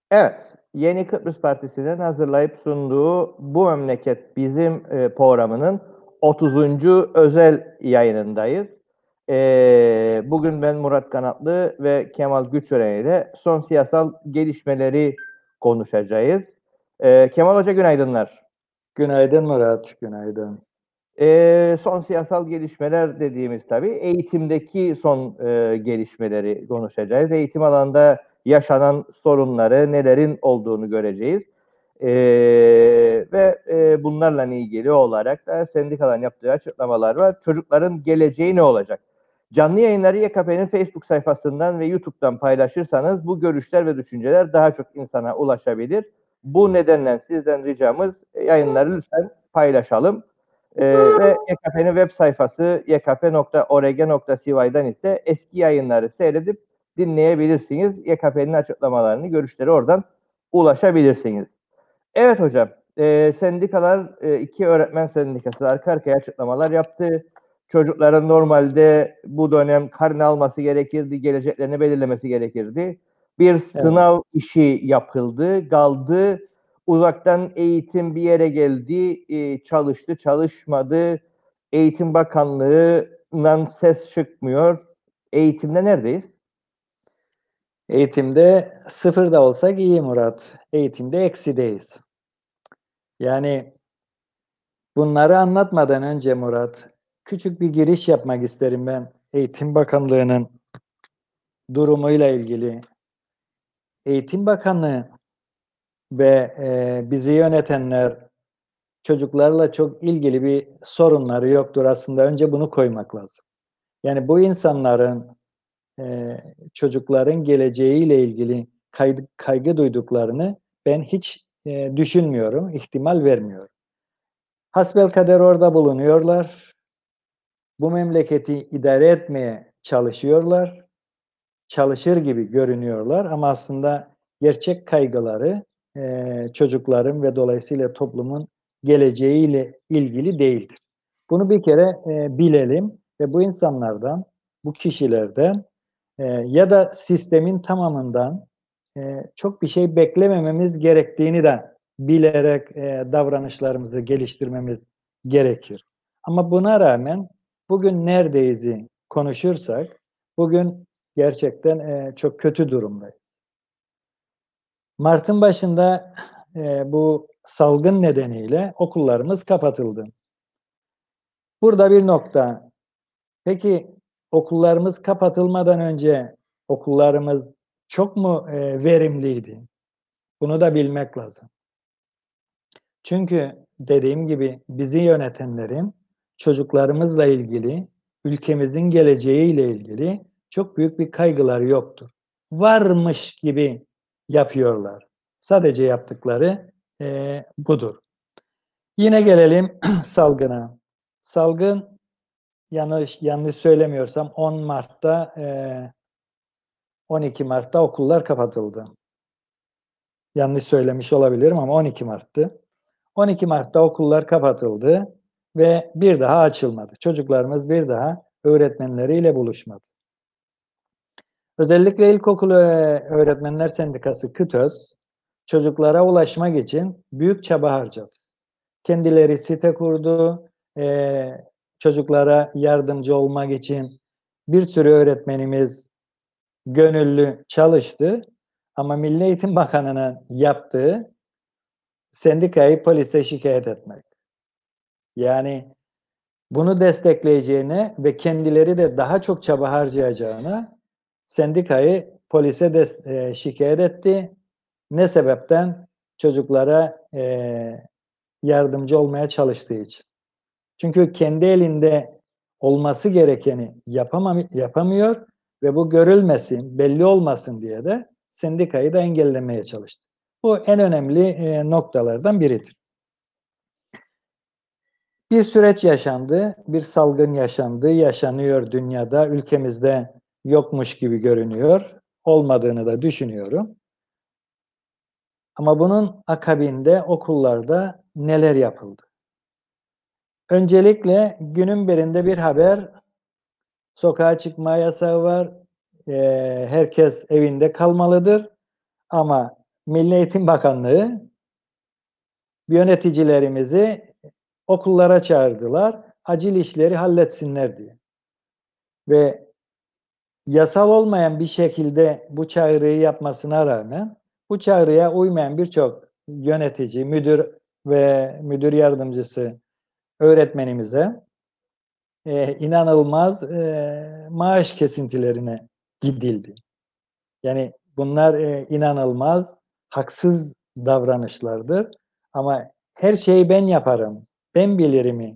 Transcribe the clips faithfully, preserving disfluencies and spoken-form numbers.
Evet, Yeni Kıbrıs Partisi'nin hazırlayıp sunduğu Bu Memleket Bizim e, programının otuzuncu özel yayınındayız. E, bugün ben Murat Kanatlı ve Kemal Güçören ile son siyasal gelişmeleri konuşacağız. E, Kemal Hoca günaydınlar. Günaydın Murat, günaydın. E, son siyasal gelişmeler dediğimiz tabii eğitimdeki son e, gelişmeleri konuşacağız. Eğitim alanında yaşanan sorunları, nelerin olduğunu göreceğiz. E, ve e, bunlarla ilgili olarak da sendikaların yaptığı açıklamalar var. Çocukların geleceği ne olacak? Canlı yayınları Y K P'nin Facebook sayfasından ve YouTube'dan paylaşırsanız bu görüşler ve düşünceler daha çok insana ulaşabilir. Bu nedenle sizden ricamız yayınları lütfen paylaşalım. Ee, ve Y K P'nin web sayfası y k p nokta org nokta c y'den ise eski yayınları seyredip dinleyebilirsiniz. Y K P'nin açıklamalarını, görüşleri oradan ulaşabilirsiniz. Evet hocam, e, sendikalar, e, iki öğretmen sendikası arka arkaya açıklamalar yaptı. Çocukların normalde bu dönem karne alması gerekirdi, geleceklerini belirlemesi gerekirdi. Bir Evet. sınav işi yapıldı, kaldı. Uzaktan eğitim bir yere geldi, e, çalıştı, çalışmadı. Eğitim Bakanlığı'ndan ses çıkmıyor. Eğitimde neredeyiz? Eğitimde sıfırda olsak iyi Murat. Eğitimde eksideyiz. Yani bunları anlatmadan önce Murat, küçük bir giriş yapmak isterim ben. Eğitim Bakanlığı'nın durumuyla ilgili. Eğitim Bakanlığı ve e, bizi yönetenler çocuklarla çok ilgili bir sorunları yoktur aslında. Önce bunu koymak lazım. Yani bu insanların e, çocukların geleceğiyle ilgili kaygı, kaygı duyduklarını ben hiç e, düşünmüyorum, ihtimal vermiyorum. Hasbelkader orada bulunuyorlar. Bu memleketi idare etmeye çalışıyorlar. Çalışır gibi görünüyorlar ama aslında gerçek kaygıları e, çocukların ve dolayısıyla toplumun geleceğiyle ilgili değildir. Bunu bir kere e, bilelim ve bu insanlardan, bu kişilerden e, ya da sistemin tamamından e, çok bir şey beklemememiz gerektiğini de bilerek e, davranışlarımızı geliştirmemiz gerekir. Ama buna rağmen bugün neredeyiz'i konuşursak, bugün gerçekten e, çok kötü durumdayız. Mart'ın başında e, bu salgın nedeniyle okullarımız kapatıldı. Burada bir nokta. Peki okullarımız kapatılmadan önce okullarımız çok mu e, verimliydi? Bunu da bilmek lazım. Çünkü dediğim gibi bizi yönetenlerin çocuklarımızla ilgili, ülkemizin geleceğiyle ilgili çok büyük bir kaygıları yoktur. Varmış gibi yapıyorlar. Sadece yaptıkları e, budur. Yine gelelim salgına. Salgın yanlış yanlış söylemiyorsam on Mart'ta e, on iki Mart'ta okullar kapatıldı. Yanlış söylemiş olabilirim ama on iki Mart'tı. on iki Mart'ta okullar kapatıldı ve bir daha açılmadı. Çocuklarımız bir daha öğretmenleriyle buluşmadı. Özellikle İlkokul Öğretmenler Sendikası KÜTÖZ çocuklara ulaşmak için büyük çaba harcadı. Kendileri site kurdu, e, çocuklara yardımcı olmak için bir sürü öğretmenimiz gönüllü çalıştı. Ama Milli Eğitim Bakanı'nın yaptığı sendikayı polise şikayet etmek. Yani bunu destekleyeceğine ve kendileri de daha çok çaba harcayacağına sendikayı polise de, e, şikayet etti. Ne sebepten? Çocuklara e, yardımcı olmaya çalıştığı için. Çünkü kendi elinde olması gerekeni yapamam, yapamıyor ve bu görülmesin, belli olmasın diye de sendikayı da engellemeye çalıştı. Bu en önemli e, noktalardan biridir. Bir süreç yaşandı, bir salgın yaşandı, yaşanıyor dünyada, ülkemizde yokmuş gibi görünüyor, olmadığını da düşünüyorum. Ama bunun akabinde okullarda neler yapıldı? Öncelikle günün birinde bir haber, sokağa çıkma yasağı var, e, herkes evinde kalmalıdır ama Milli Eğitim Bakanlığı yöneticilerimizi okullara çağırdılar. Acil işleri halletsinler diye. Ve yasal olmayan bir şekilde bu çağrıyı yapmasına rağmen bu çağrıya uymayan birçok yönetici, müdür ve müdür yardımcısı öğretmenimize e, inanılmaz e, maaş kesintilerine gidildi. Yani bunlar e, inanılmaz haksız davranışlardır. Ama her şeyi ben yaparım, ben bilirimi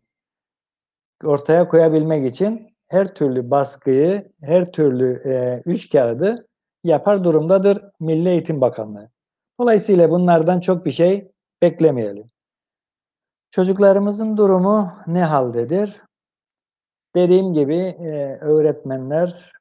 ortaya koyabilmek için her türlü baskıyı, her türlü e, üç kağıdı yapar durumdadır Milli Eğitim Bakanlığı. Dolayısıyla bunlardan çok bir şey beklemeyelim. Çocuklarımızın durumu ne haldedir? Dediğim gibi e, öğretmenler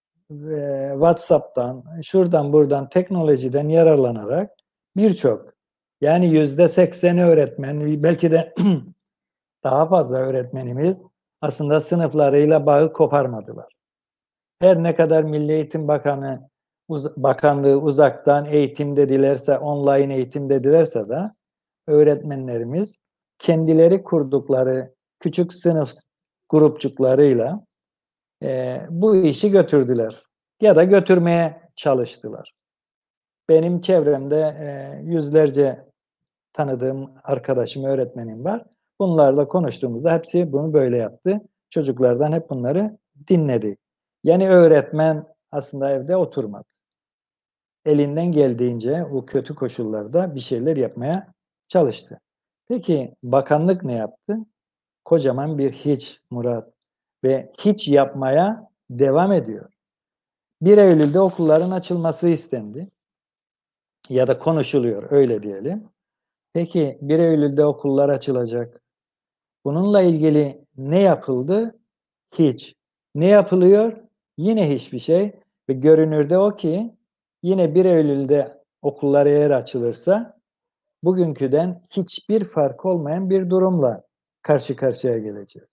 e, WhatsApp'tan, şuradan buradan teknolojiden yararlanarak birçok, yani yüzde sekseni öğretmen, belki de daha fazla öğretmenimiz aslında sınıflarıyla bağı koparmadılar. Her ne kadar Milli Eğitim Bakanı uz Bakanlığı uzaktan eğitim dedilerse, online eğitim dedilerse de öğretmenlerimiz kendileri kurdukları küçük sınıf grupçuklarıyla e, bu işi götürdüler ya da götürmeye çalıştılar. Benim çevremde e, yüzlerce tanıdığım arkadaşım, öğretmenim var. Bunlarla konuştuğumuzda hepsi bunu böyle yaptı. Çocuklardan hep bunları dinledi. Yani öğretmen aslında evde oturmadı. Elinden geldiğince o kötü koşullarda bir şeyler yapmaya çalıştı. Peki bakanlık ne yaptı? Kocaman bir hiç Murat ve hiç yapmaya devam ediyor. bir Eylül'de okulların açılması istendi ya da konuşuluyor öyle diyelim. Peki bir Eylül'de okullar açılacak. Bununla ilgili ne yapıldı? Hiç. Ne yapılıyor? Yine hiçbir şey. Ve görünürde o ki yine bir Eylül'de okullar eğer açılırsa bugünküden hiçbir fark olmayan bir durumla karşı karşıya geleceğiz.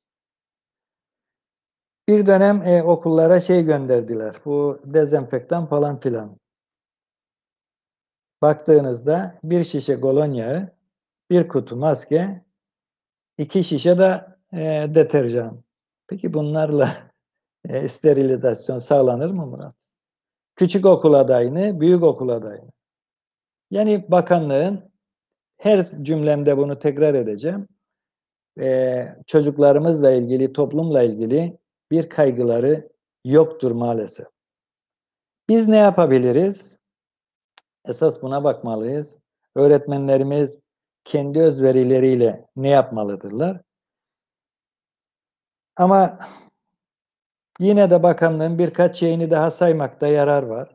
Bir dönem e, okullara şey gönderdiler. Bu dezenfektan falan filan. Baktığınızda bir şişe kolonya, bir kutu maske, iki şişe de e, deterjan. Peki bunlarla e, sterilizasyon sağlanır mı Murat? Küçük okul adayını, büyük okul adayını. Yani bakanlığın, her cümlemde bunu tekrar edeceğim, e, çocuklarımızla ilgili, toplumla ilgili bir kaygıları yoktur maalesef. Biz ne yapabiliriz? Esas buna bakmalıyız. Öğretmenlerimiz kendi özverileriyle ne yapmalıdırlar? Ama yine de bakanlığın birkaç şeyini daha saymakta yarar var.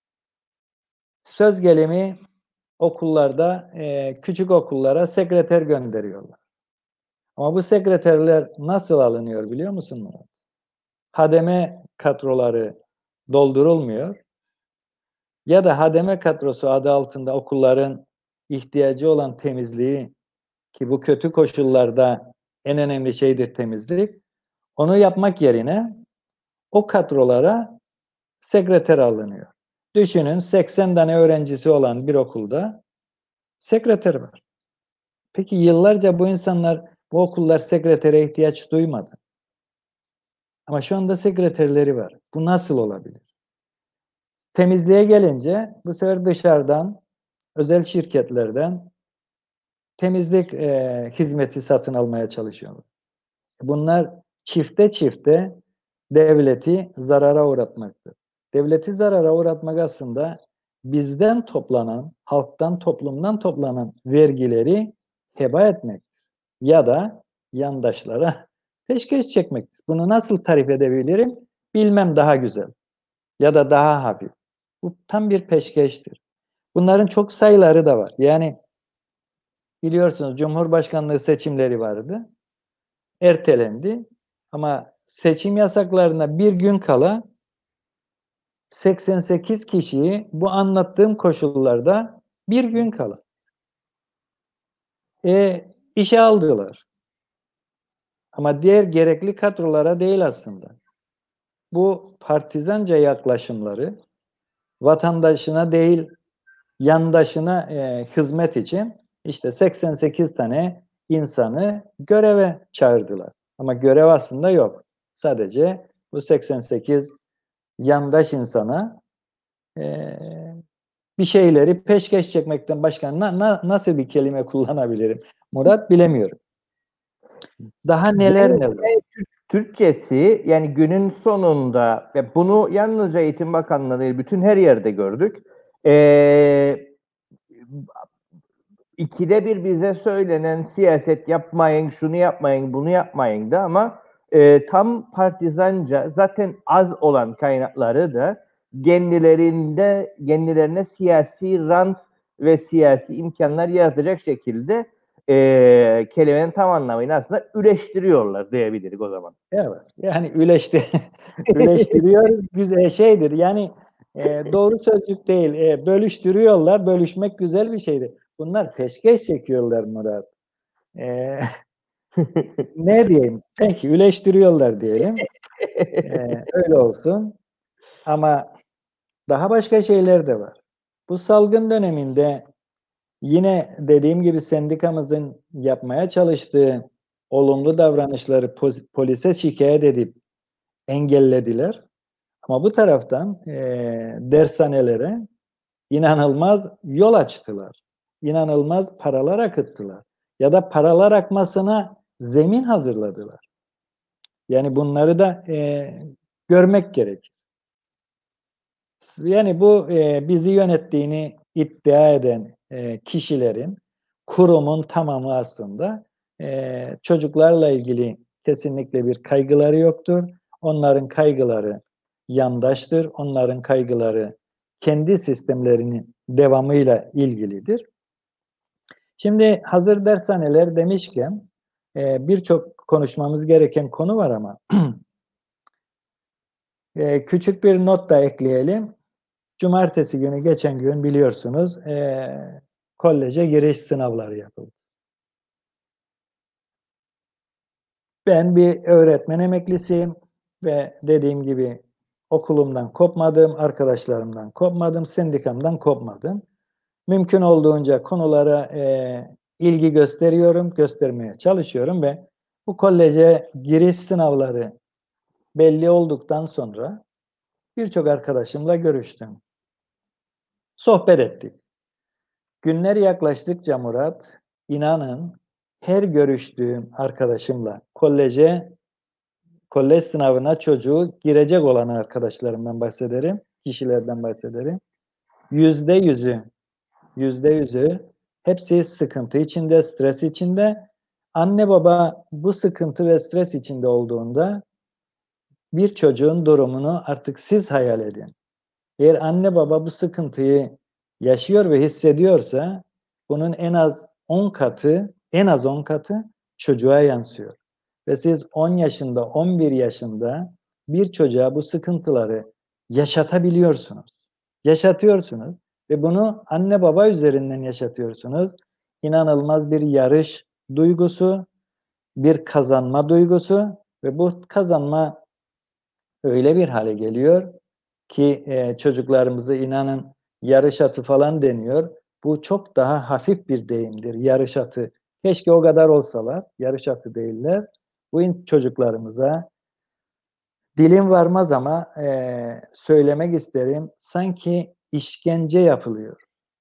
Söz gelimi okullarda, e, küçük okullara sekreter gönderiyorlar. Ama bu sekreterler nasıl alınıyor biliyor musun Murat? Hademe kadroları doldurulmuyor ya da hademe kadrosu adı altında okulların ihtiyacı olan temizliği, ki bu kötü koşullarda en önemli şeydir temizlik, onu yapmak yerine o kadrolara sekreter alınıyor. Düşünün, seksen tane öğrencisi olan bir okulda sekreter var. Peki yıllarca bu insanlar, bu okullar sekretere ihtiyaç duymadı. Ama şu anda sekreterleri var. Bu nasıl olabilir? Temizliğe gelince bu sefer dışarıdan, özel şirketlerden temizlik e, hizmeti satın almaya çalışıyorlar. Bunlar çifte çifte devleti zarara uğratmaktır. Devleti zarara uğratmak aslında bizden toplanan, halktan, toplumdan toplanan vergileri heba etmek ya da yandaşlara peşkeş çekmektir. Bunu nasıl tarif edebilirim? Bilmem, daha güzel ya da daha hafif. Bu tam bir peşkeştir. Bunların çok sayıları da var. Yani biliyorsunuz Cumhurbaşkanlığı seçimleri vardı. Ertelendi. Ama seçim yasaklarına bir gün kala seksen sekiz kişiyi bu anlattığım koşullarda bir gün kala e, işe aldılar. Ama diğer gerekli kadrolara değil aslında. Bu partizanca yaklaşımları, vatandaşına değil, yandaşına e, hizmet için işte seksen sekiz tane insanı göreve çağırdılar. Ama görev aslında yok. Sadece bu seksen sekiz yandaş insana e, bir şeyleri peşkeş çekmekten başka na, na, nasıl bir kelime kullanabilirim? Murat, bilemiyorum. Daha neler Yani neler. Türkçesi, yani günün sonunda ve bunu yalnızca Eğitim Bakanlığı değil, bütün her yerde gördük. Ee, ikide bir bize söylenen siyaset yapmayın, şunu yapmayın, bunu yapmayın da ama e, tam partizanca zaten az olan kaynakları da kendilerinde kendilerine siyasi rant ve siyasi imkanlar yaratacak şekilde e, kelimenin tam anlamıyla aslında üleştiriyorlar diyebiliriz o zaman. Evet. Yani üleşti, üleştiriyoruz. Güzel şeydir. Yani e, doğru sözcük değil. E, bölüştürüyorlar. Bölüşmek güzel bir şeydir. Bunlar peşkeş çekiyorlar Murat. E, ne diyeyim? Peki üleştiriyorlar diyelim. E, öyle olsun. Ama daha başka şeyler de var. Bu salgın döneminde yine dediğim gibi sendikamızın yapmaya çalıştığı olumlu davranışları pos- polise şikayet edip engellediler. Ama bu taraftan e, dershanelere inanılmaz yol açtılar. İnanılmaz paralar akıttılar. Ya da paralar akmasına zemin hazırladılar. Yani bunları da e, görmek gerek. Yani bu e, bizi yönettiğini iddia eden e, kişilerin, kurumun tamamı aslında e, çocuklarla ilgili kesinlikle bir kaygıları yoktur. Onların kaygıları yandaştır. Onların kaygıları kendi sistemlerinin devamıyla ilgilidir. Şimdi hazır dershaneler demişken e, birçok konuşmamız gereken konu var ama e, küçük bir not da ekleyelim. Cumartesi günü geçen gün biliyorsunuz e, koleje giriş sınavları yapıldı. Ben bir öğretmen emeklisiyim ve dediğim gibi okulumdan kopmadım, arkadaşlarımdan kopmadım, sendikamdan kopmadım. Mümkün olduğunca konulara e, ilgi gösteriyorum, göstermeye çalışıyorum ve bu koleje giriş sınavları belli olduktan sonra birçok arkadaşımla görüştüm. Sohbet ettik. Günler yaklaştıkça Murat, inanın her görüştüğüm arkadaşımla koleje, kolej sınavına çocuğu girecek olan arkadaşlarımdan bahsederim, kişilerden bahsederim. Yüzde yüzü, yüzde yüzü hepsi sıkıntı içinde, stres içinde. Anne baba bu sıkıntı ve stres içinde olduğunda bir çocuğun durumunu artık siz hayal edin. Eğer anne baba bu sıkıntıyı yaşıyor ve hissediyorsa bunun en az on katı, en az on katı çocuğa yansıyor. Ve siz on yaşında, on bir yaşında bir çocuğa bu sıkıntıları yaşatabiliyorsunuz. Yaşatıyorsunuz ve bunu anne baba üzerinden yaşatıyorsunuz. İnanılmaz bir yarış duygusu, bir kazanma duygusu ve bu kazanma öyle bir hale geliyor ki e, çocuklarımızı inanın yarış atı falan deniyor. Bu çok daha hafif bir deyimdir. Yarış atı. Keşke o kadar olsalar. Yarış atı değiller. Bu çocuklarımıza dilim varmaz ama e, söylemek isterim. Sanki işkence yapılıyor.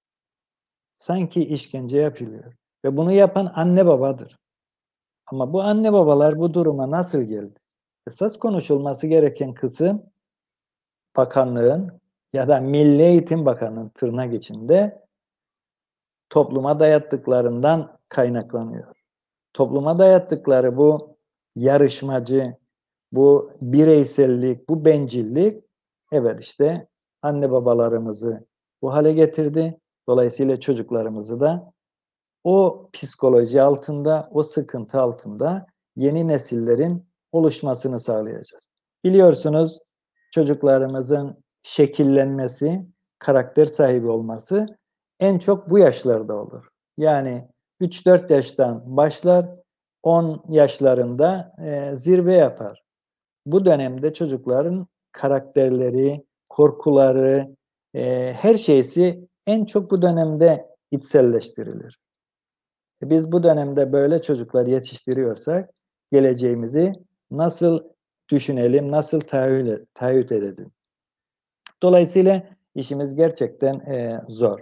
Sanki işkence yapılıyor. Ve bunu yapan anne babadır. Ama bu anne babalar bu duruma nasıl geldi? Esas konuşulması gereken kısım bakanlığın ya da Milli Eğitim Bakanı'nın tırnak içinde topluma dayattıklarından kaynaklanıyor. Topluma dayattıkları bu yarışmacı, bu bireysellik, bu bencillik evet işte anne babalarımızı bu hale getirdi. Dolayısıyla çocuklarımızı da o psikoloji altında, o sıkıntı altında yeni nesillerin oluşmasını sağlayacağız. Biliyorsunuz çocuklarımızın şekillenmesi, karakter sahibi olması en çok bu yaşlarda olur. Yani üç dört yaştan başlar, on yaşlarında e, zirve yapar. Bu dönemde çocukların karakterleri, korkuları, e, her şeysi en çok bu dönemde içselleştirilir. Biz bu dönemde böyle çocuklar yetiştiriyorsak geleceğimizi nasıl düşünelim, nasıl tahayyül, taahhüt edelim? Dolayısıyla işimiz gerçekten e, zor.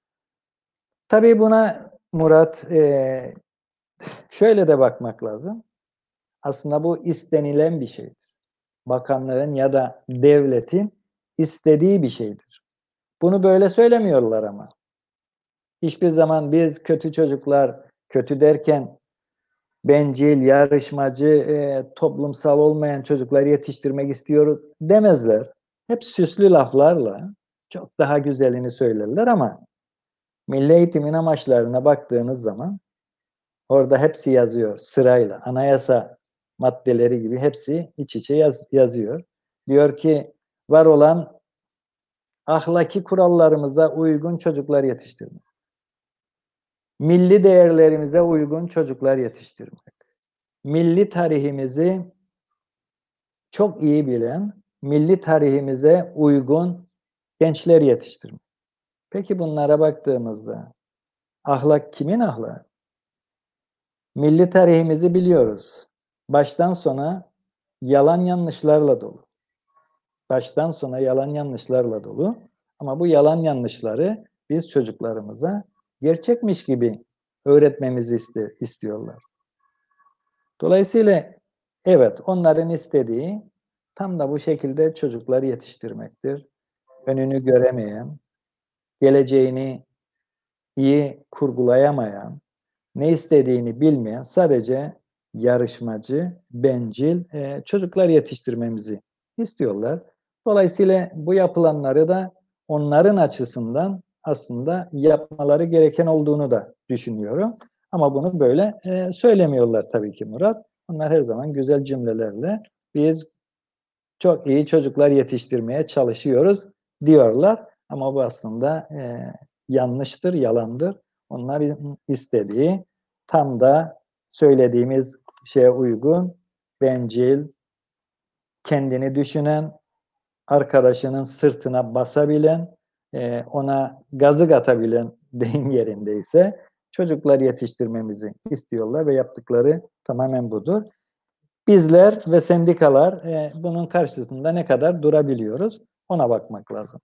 Tabii buna Murat e, şöyle de bakmak lazım. Aslında bu istenilen bir şeydir. Bakanların ya da devletin istediği bir şeydir. Bunu böyle söylemiyorlar ama. Hiçbir zaman biz kötü çocuklar, kötü derken bencil, yarışmacı, e, toplumsal olmayan çocukları yetiştirmek istiyoruz demezler. Hep süslü laflarla çok daha güzelini söylerler ama milli eğitimin amaçlarına baktığınız zaman orada hepsi yazıyor sırayla. Anayasa maddeleri gibi hepsi iç içe yaz, yazıyor. Diyor ki var olan ahlaki kurallarımıza uygun çocuklar yetiştirmek. Milli değerlerimize uygun çocuklar yetiştirmek. Milli tarihimizi çok iyi bilen, milli tarihimize uygun gençler yetiştirmek. Peki bunlara baktığımızda ahlak kimin ahlakı? Milli tarihimizi biliyoruz. Baştan sona yalan yanlışlarla dolu. Baştan sona yalan yanlışlarla dolu. Ama bu yalan yanlışları biz çocuklarımıza gerçekmiş gibi öğretmemizi iste, istiyorlar. Dolayısıyla evet, onların istediği tam da bu şekilde çocukları yetiştirmektir. Önünü göremeyen, geleceğini iyi kurgulayamayan, ne istediğini bilmeyen, sadece yarışmacı, bencil e, çocuklar yetiştirmemizi istiyorlar. Dolayısıyla bu yapılanları da onların açısından aslında yapmaları gereken olduğunu da düşünüyorum. Ama bunu böyle e, söylemiyorlar tabii ki Murat. Onlar her zaman güzel cümlelerle biz çok iyi çocuklar yetiştirmeye çalışıyoruz diyorlar. Ama bu aslında e, yanlıştır, yalandır. Onların istediği tam da söylediğimiz şeye uygun, bencil, kendini düşünen, arkadaşının sırtına basabilen, e, ona gazık atabilen deyim yerindeyse çocuklar yetiştirmemizi istiyorlar ve yaptıkları tamamen budur. Bizler ve sendikalar e, bunun karşısında ne kadar durabiliyoruz ona bakmak lazım.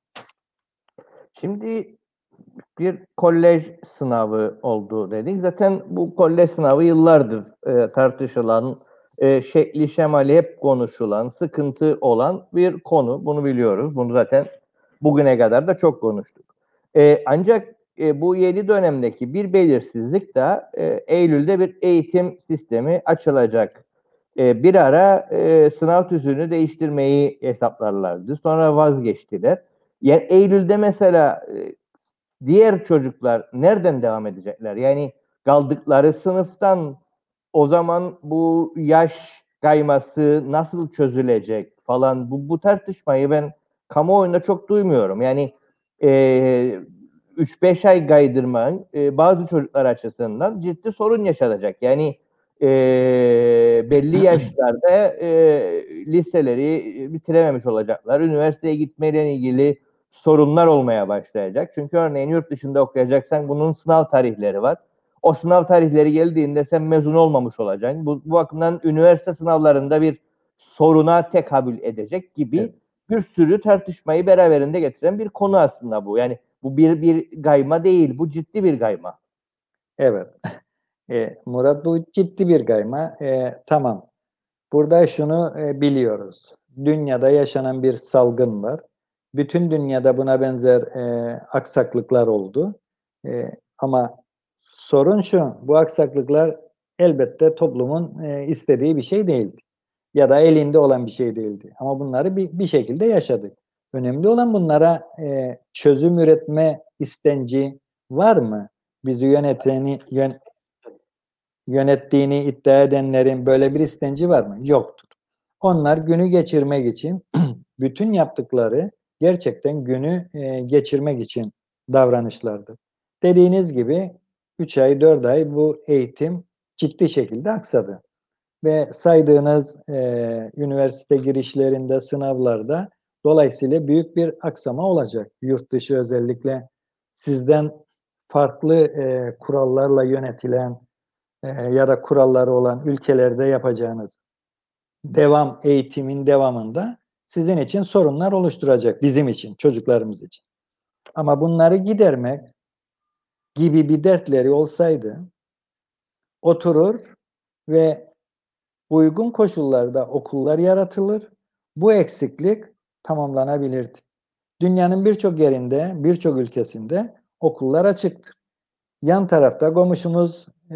Şimdi bir kolej sınavı oldu dedik. Zaten bu kolej sınavı yıllardır e, tartışılan, e, şekli şemali hep konuşulan, sıkıntı olan bir konu. Bunu biliyoruz. Bunu zaten bugüne kadar da çok konuştuk. E, ancak e, bu yeni dönemdeki bir belirsizlik de e, Eylül'de bir eğitim sistemi açılacak. E, bir ara e, sınav tüzüğünü değiştirmeyi hesaplarlardı. Sonra vazgeçtiler. Yani Eylül'de mesela e, diğer çocuklar nereden devam edecekler? Yani kaldıkları sınıftan o zaman bu yaş kayması nasıl çözülecek falan bu, bu tartışmayı ben kamuoyunda çok duymuyorum. Yani e, üç beş ay kaydırmanın e, bazı çocuklar açısından ciddi sorun yaşatacak. Yani e, belli yaşlarda e, liseleri bitirememiş olacaklar. Üniversiteye gitmeyle ilgili sorunlar olmaya başlayacak. Çünkü örneğin yurt dışında okuyacaksan bunun sınav tarihleri var. O sınav tarihleri geldiğinde sen mezun olmamış olacaksın. Bu, bu bakımdan üniversite sınavlarında bir soruna tekabül edecek gibi Evet. bir sürü tartışmayı beraberinde getiren bir konu aslında bu. Yani bu bir bir gayma değil, bu ciddi bir gayma. Evet. E, Murat bu ciddi bir gayma. E, tamam. Burada şunu e, biliyoruz. Dünyada yaşanan bir salgın var. Bütün dünyada buna benzer e, aksaklıklar oldu. E, ama sorun şu, bu aksaklıklar elbette toplumun e, istediği bir şey değildi. Ya da elinde olan bir şey değildi. Ama bunları bir, bir şekilde yaşadık. Önemli olan bunlara e, çözüm üretme istenci var mı? Bizi yöneteni, yön, yönettiğini iddia edenlerin böyle bir istenci var mı? Yoktur. Onlar günü geçirmek için bütün yaptıkları gerçekten günü e, geçirmek için davranışlardır. Dediğiniz gibi üç ay dört ay bu eğitim ciddi şekilde aksadı. Ve saydığınız e, üniversite girişlerinde, sınavlarda dolayısıyla büyük bir aksama olacak. Yurt dışı özellikle sizden farklı e, kurallarla yönetilen e, ya da kuralları olan ülkelerde yapacağınız devam eğitimin devamında sizin için sorunlar oluşturacak, bizim için, çocuklarımız için. Ama bunları gidermek gibi bir dertleri olsaydı oturur ve uygun koşullarda okullar yaratılır, bu eksiklik tamamlanabilirdi. Dünyanın birçok yerinde, birçok ülkesinde okullar açıktır. Yan tarafta komşumuz e,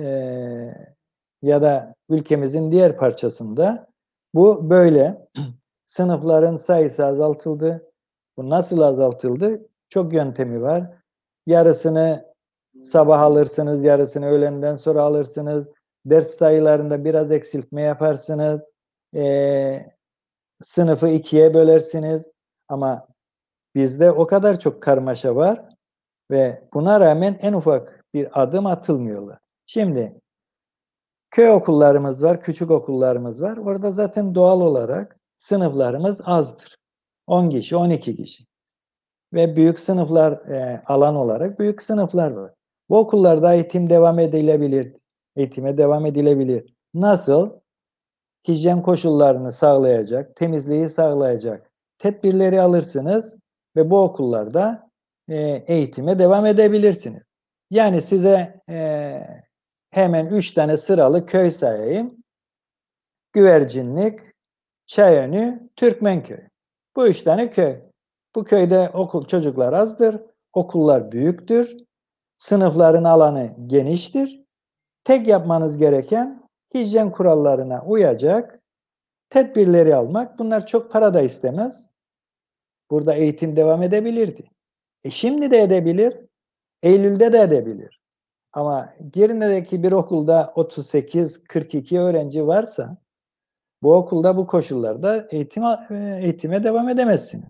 ya da ülkemizin diğer parçasında bu böyle. Sınıfların sayısı azaltıldı. Bu nasıl azaltıldı? Çok yöntemi var. Yarısını sabah alırsınız, yarısını öğlenden sonra alırsınız. Ders sayılarında biraz eksiltme yaparsınız. Ee, sınıfı ikiye bölersiniz. Ama bizde o kadar çok karmaşa var ve buna rağmen en ufak bir adım atılmıyorlar. Şimdi köy okullarımız var, küçük okullarımız var. Orada zaten doğal olarak sınıflarımız azdır. on kişi, on iki kişi. Ve büyük sınıflar, e, alan olarak büyük sınıflar var. Bu okullarda eğitim devam edilebilir. Eğitime devam edilebilir. Nasıl? Hijyen koşullarını sağlayacak, temizliği sağlayacak tedbirleri alırsınız ve bu okullarda e, eğitime devam edebilirsiniz. Yani size e, hemen üç tane sıralı köy sayayım. Güvercinlik, Çayönü, Türkmenköy. Bu üç tane köy. Bu köyde okul çocuklar azdır, okullar büyüktür, sınıfların alanı geniştir. Tek yapmanız gereken hijyen kurallarına uyacak tedbirleri almak. Bunlar çok para da istemez. Burada eğitim devam edebilirdi. E şimdi de edebilir, Eylül'de de edebilir. Ama Girne'deki bir okulda otuz sekiz kırk iki öğrenci varsa bu okulda bu koşullarda eğitim, eğitime devam edemezsiniz.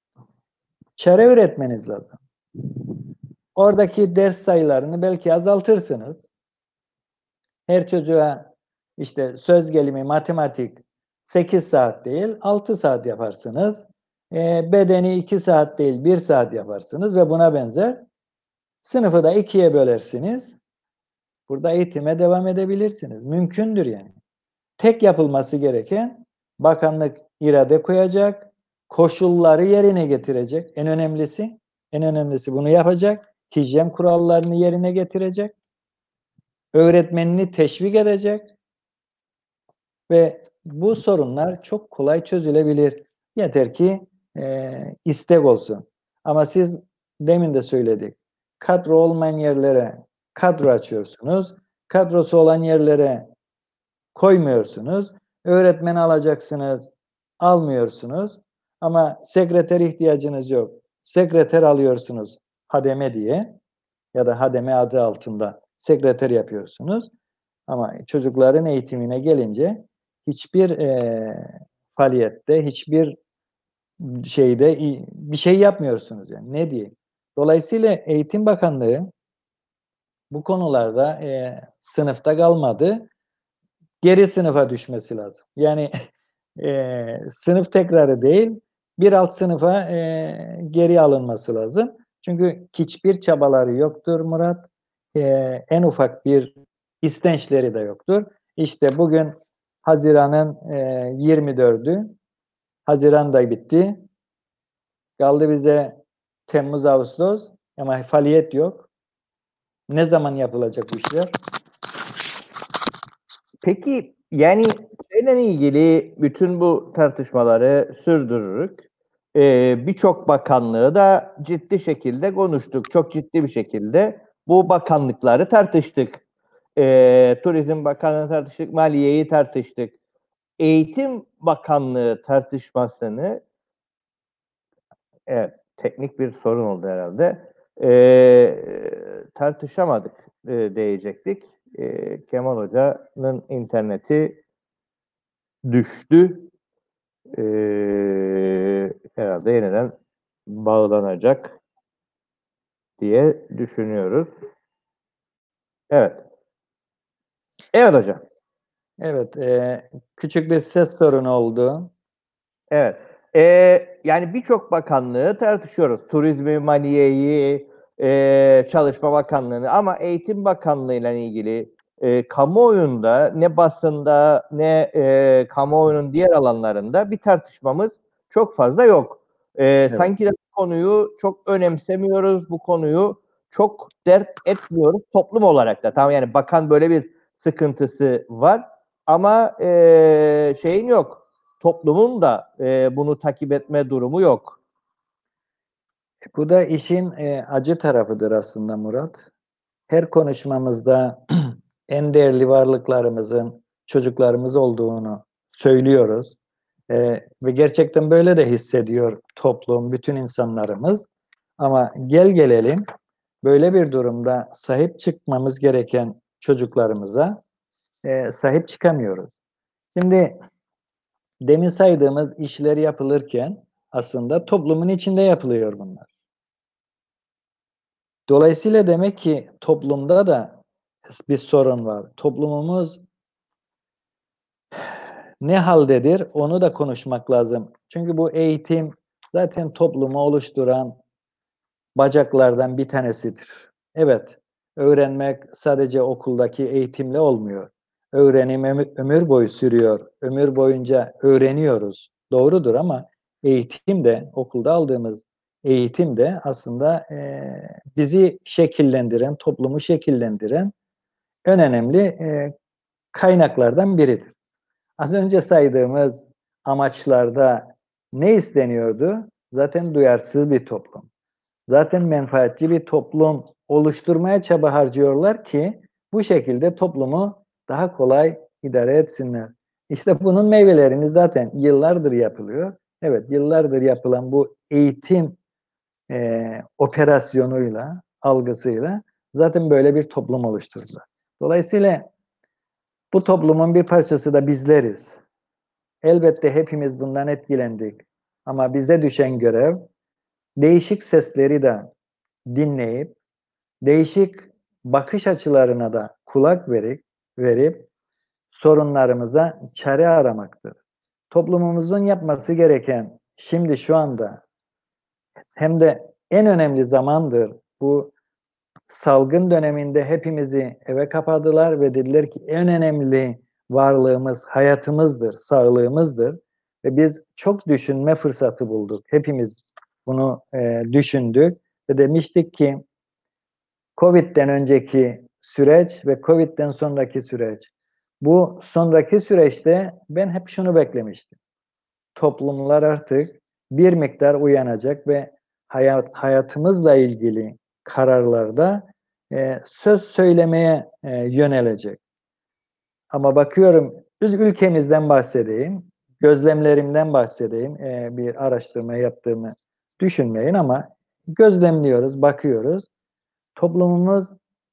Çare üretmeniz lazım. Oradaki ders sayılarını belki azaltırsınız. Her çocuğa işte söz gelimi matematik sekiz saat değil altı saat yaparsınız. E, bedeni iki saat değil bir saat yaparsınız ve buna benzer. Sınıfı da ikiye bölersiniz. Burada eğitime devam edebilirsiniz. Mümkündür yani. Tek yapılması gereken bakanlık irade koyacak, koşulları yerine getirecek. En önemlisi, en önemlisi bunu yapacak. Hijyen kurallarını yerine getirecek. Öğretmenini teşvik edecek ve bu sorunlar çok kolay çözülebilir. Yeter ki e, istek olsun. Ama siz demin de söyledik. Kadro olmayan yerlere kadro açıyorsunuz. Kadrosu olan yerlere koymuyorsunuz. Öğretmen alacaksınız, almıyorsunuz. Ama sekreter ihtiyacınız yok. Sekreter alıyorsunuz hademe diye ya da hademe adı altında sekreter yapıyorsunuz. Ama çocukların eğitimine gelince hiçbir e, faaliyette, hiçbir şeyde bir şey yapmıyorsunuz yani. Ne diyeyim? Dolayısıyla Eğitim Bakanlığı bu konularda e, sınıfta kalmadı. Geri sınıfa düşmesi lazım. Yani e, sınıf tekrarı değil, bir alt sınıfa e, geri alınması lazım. Çünkü hiçbir çabaları yoktur Murat. E, en ufak bir istençleri de yoktur. İşte bugün Haziran'ın e, yirmi dördü. Haziran da bitti. Kaldı bize Temmuz, Ağustos ama faaliyet yok. Ne zaman yapılacak bu işler? Peki yani şeyle ilgili bütün bu tartışmaları sürdürürük. Ee, birçok bakanlığı da ciddi şekilde konuştuk. Çok ciddi bir şekilde bu bakanlıkları tartıştık. Ee, Turizm Bakanlığı tartıştık, Maliye'yi tartıştık. Eğitim Bakanlığı tartışmasını, evet, teknik bir sorun oldu herhalde. Ee, tartışamadık e, diyecektik. E, Kemal Hoca'nın interneti düştü. E, herhalde yeniden bağlanacak diye düşünüyoruz. Evet. Evet hocam. Evet, e, küçük bir ses sorunu oldu. Evet. E, yani birçok bakanlığı tartışıyoruz. Turizmi, maliyeyi, e, Çalışma Bakanlığı'nı, ama Eğitim Bakanlığı ile ilgili e, kamuoyunda, ne basında ne e, kamuoyunun diğer alanlarında bir tartışmamız çok fazla yok. E, Evet. sanki de bu konuyu çok önemsemiyoruz, bu konuyu çok dert etmiyoruz toplum olarak da. Tamam, yani bakan böyle bir sıkıntısı var ama e, şeyin yok. Toplumun da e, bunu takip etme durumu yok. Bu da işin e, acı tarafıdır aslında Murat. Her konuşmamızda en değerli varlıklarımızın çocuklarımız olduğunu söylüyoruz. E, ve gerçekten böyle de hissediyor toplum, bütün insanlarımız. Ama gel gelelim böyle bir durumda sahip çıkmamız gereken çocuklarımıza e, sahip çıkamıyoruz. Şimdi demin saydığımız işler yapılırken aslında toplumun içinde yapılıyor bunlar. Dolayısıyla demek ki toplumda da bir sorun var. Toplumumuz ne haldedir onu da konuşmak lazım. Çünkü bu eğitim zaten toplumu oluşturan bacaklardan bir tanesidir. Evet, öğrenmek sadece okuldaki eğitimle olmuyor. Öğrenim ömür boyu sürüyor. Ömür boyunca öğreniyoruz. Doğrudur ama eğitim de, okulda aldığımız eğitim de aslında e, bizi şekillendiren, toplumu şekillendiren en önemli e, kaynaklardan biridir. Az önce saydığımız amaçlarda ne isteniyordu? Zaten duyarsız bir toplum. Zaten menfaatçi bir toplum oluşturmaya çaba harcıyorlar ki bu şekilde toplumu daha kolay idare etsinler. İşte bunun meyvelerini zaten yıllardır yapılıyor. Evet, yıllardır yapılan bu eğitim e, operasyonuyla, algısıyla zaten böyle bir toplum oluşturdular. Dolayısıyla bu toplumun bir parçası da bizleriz. Elbette hepimiz bundan etkilendik. Ama bize düşen görev değişik sesleri de dinleyip, değişik bakış açılarına da kulak verip, verip sorunlarımıza çare aramaktır. Toplumumuzun yapması gereken şimdi şu anda hem de en önemli zamandır. Bu salgın döneminde hepimizi eve kapadılar ve dediler ki en önemli varlığımız hayatımızdır, sağlığımızdır. Ve biz çok düşünme fırsatı bulduk. Hepimiz bunu e, düşündük ve demiştik ki Covid'den önceki süreç ve Covid'den sonraki süreç. Bu sonraki süreçte ben hep şunu beklemiştim. Toplumlar artık bir miktar uyanacak ve hayat, hayatımızla ilgili kararlarda e, söz söylemeye e, yönelecek. Ama bakıyorum, ülkemizden bahsedeyim, gözlemlerimden bahsedeyim. E, bir araştırma yaptığımı düşünmeyin ama gözlemliyoruz, bakıyoruz. Toplumumuz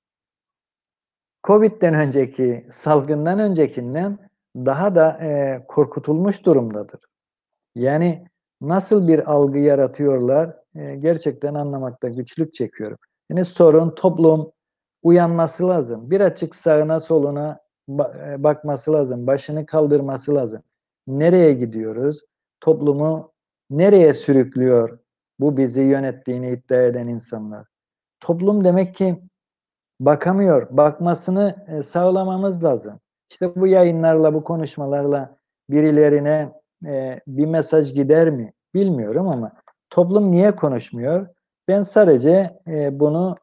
Covid'den önceki, salgından öncekinden daha da e, korkutulmuş durumdadır. Yani nasıl bir algı yaratıyorlar e, gerçekten anlamakta güçlük çekiyorum. Yani sorun toplum uyanması lazım. Bir açık sağına soluna ba- e, bakması lazım. Başını kaldırması lazım. Nereye gidiyoruz? Toplumu nereye sürüklüyor bu bizi yönettiğini iddia eden insanlar? Toplum demek ki bakamıyor. Bakmasını e, sağlamamız lazım. İşte bu yayınlarla, bu konuşmalarla birilerine e, bir mesaj gider mi? Bilmiyorum ama toplum niye konuşmuyor? Ben sadece e, bunu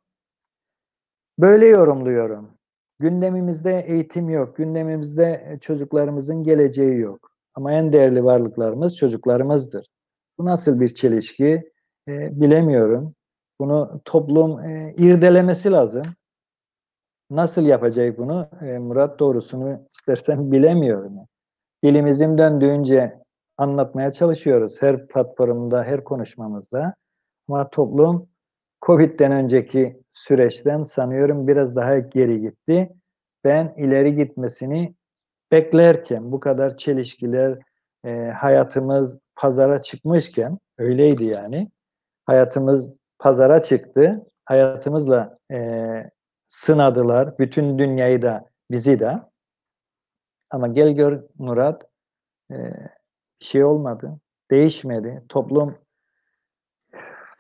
böyle yorumluyorum. Gündemimizde eğitim yok. Gündemimizde e, çocuklarımızın geleceği yok. Ama en değerli varlıklarımız çocuklarımızdır. Bu nasıl bir çelişki? E, bilemiyorum. Bunu toplum e, irdelemesi lazım. Nasıl yapacak bunu? E, Murat, doğrusunu istersen bilemiyorum. Dilimizin döndüğünce anlatmaya çalışıyoruz her platformda, her konuşmamızda. Ama toplum Covid'den önceki süreçten sanıyorum biraz daha geri gitti. Ben ileri gitmesini beklerken bu kadar çelişkiler, e, hayatımız pazara çıkmışken öyleydi yani. Hayatımız pazara çıktı. Hayatımızla e, sınadılar. Bütün dünyayı da bizi de. Ama gel gör Murat, e, bir şey olmadı. Değişmedi. Toplum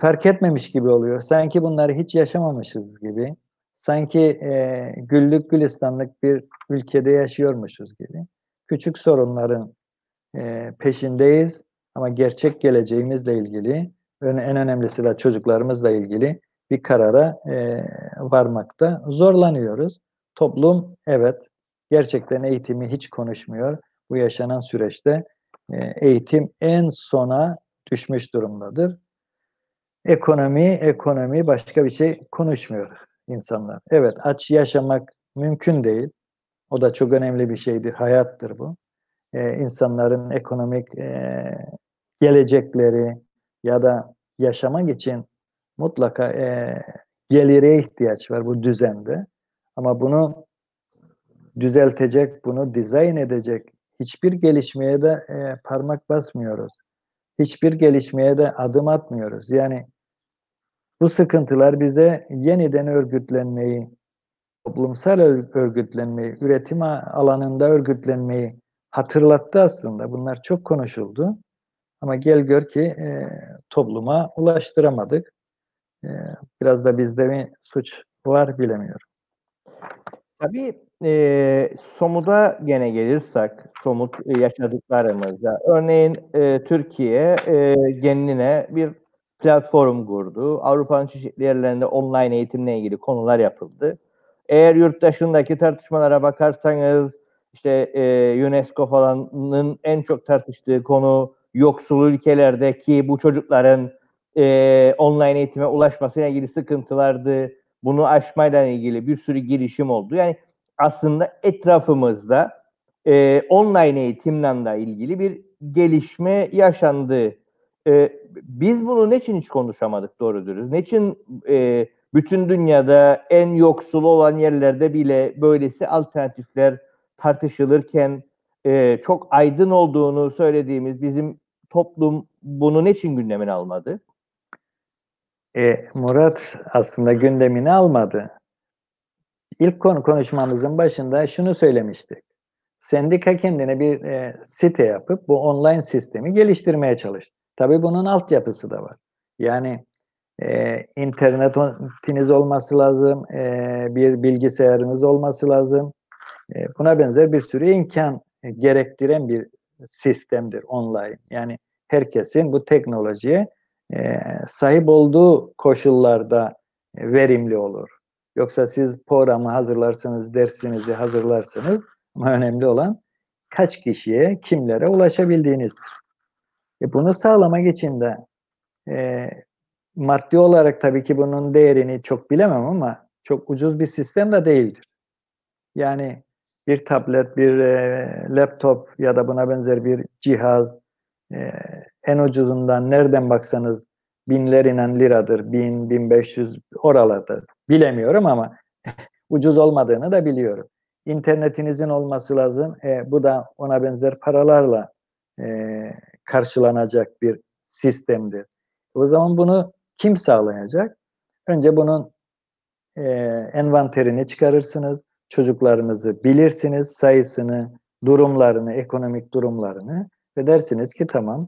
fark etmemiş gibi oluyor. Sanki bunları hiç yaşamamışız gibi. Sanki e, güllük gülistanlık bir ülkede yaşıyormuşuz gibi. Küçük sorunların e, peşindeyiz ama gerçek geleceğimizle ilgili, en önemlisi de çocuklarımızla ilgili bir karara e, varmakta zorlanıyoruz. Toplum evet gerçekten eğitimi hiç konuşmuyor. Bu yaşanan süreçte e, eğitim en sona düşmüş durumdadır. Ekonomi, ekonomi başka bir şey konuşmuyor insanlar. Evet aç yaşamak mümkün değil. O da çok önemli bir şeydir. Hayattır bu. Ee, insanların ekonomik e, gelecekleri ya da yaşamak için mutlaka e, gelire ihtiyaç var bu düzende. Ama bunu düzeltecek, bunu dizayn edecek hiçbir gelişmeye de e, parmak basmıyoruz. Hiçbir gelişmeye de adım atmıyoruz. Yani bu sıkıntılar bize yeniden örgütlenmeyi, toplumsal örgütlenmeyi, üretim alanında örgütlenmeyi hatırlattı aslında. Bunlar çok konuşuldu. Ama gel gör ki e, topluma ulaştıramadık. E, biraz da bizde bir suç var bilemiyorum. Tabii e, somuda gene gelirsek, somut e, yaşadıklarımızda, örneğin e, Türkiye e, kendine bir platform kurdu. Avrupa'nın çeşitli yerlerinde online eğitimle ilgili konular yapıldı. Eğer yurt dışındaki tartışmalara bakarsanız, işte e, UNESCO falanın en çok tartıştığı konu yoksul ülkelerdeki bu çocukların e, online eğitime ulaşmasıyla ilgili sıkıntılardı. Bunu aşmayla ilgili bir sürü girişim oldu. Yani aslında etrafımızda e, online eğitimle ilgili bir gelişme yaşandı. E, biz bunu ne için hiç konuşamadık doğru dürüst? Ne için e, bütün dünyada en yoksul olan yerlerde bile böylesi alternatifler tartışılırken e, çok aydın olduğunu söylediğimiz bizim toplum bunu ne için gündemine almadı? E, Murat aslında gündemini almadı. İlk konu konuşmamızın başında şunu söylemiştik. Sendika kendine bir e, site yapıp bu online sistemi geliştirmeye çalıştı. Tabii bunun altyapısı da var. Yani e, internetiniz olması lazım, e, bir bilgisayarınız olması lazım. E, buna benzer bir sürü imkan e, gerektiren bir sistemdir online. Yani herkesin bu teknolojiye e, sahip olduğu koşullarda e, verimli olur. Yoksa siz programı hazırlarsınız, dersinizi hazırlarsınız ama önemli olan kaç kişiye, kimlere ulaşabildiğinizdir. E, bunu sağlamak için de e, maddi olarak tabii ki bunun değerini çok bilemem ama çok ucuz bir sistem de değildir. Yani bir tablet, bir e, laptop ya da buna benzer bir cihaz e, en ucuzundan nereden baksanız binlerinen liradır. Bin, bin beş yüz oralarda bilemiyorum ama ucuz olmadığını da biliyorum. İnternetinizin olması lazım. E, bu da ona benzer paralarla e, karşılanacak bir sistemdir. O zaman bunu kim sağlayacak? Önce bunun e, envanterini çıkarırsınız. Çocuklarınızı bilirsiniz, sayısını, durumlarını, ekonomik durumlarını ve dersiniz ki tamam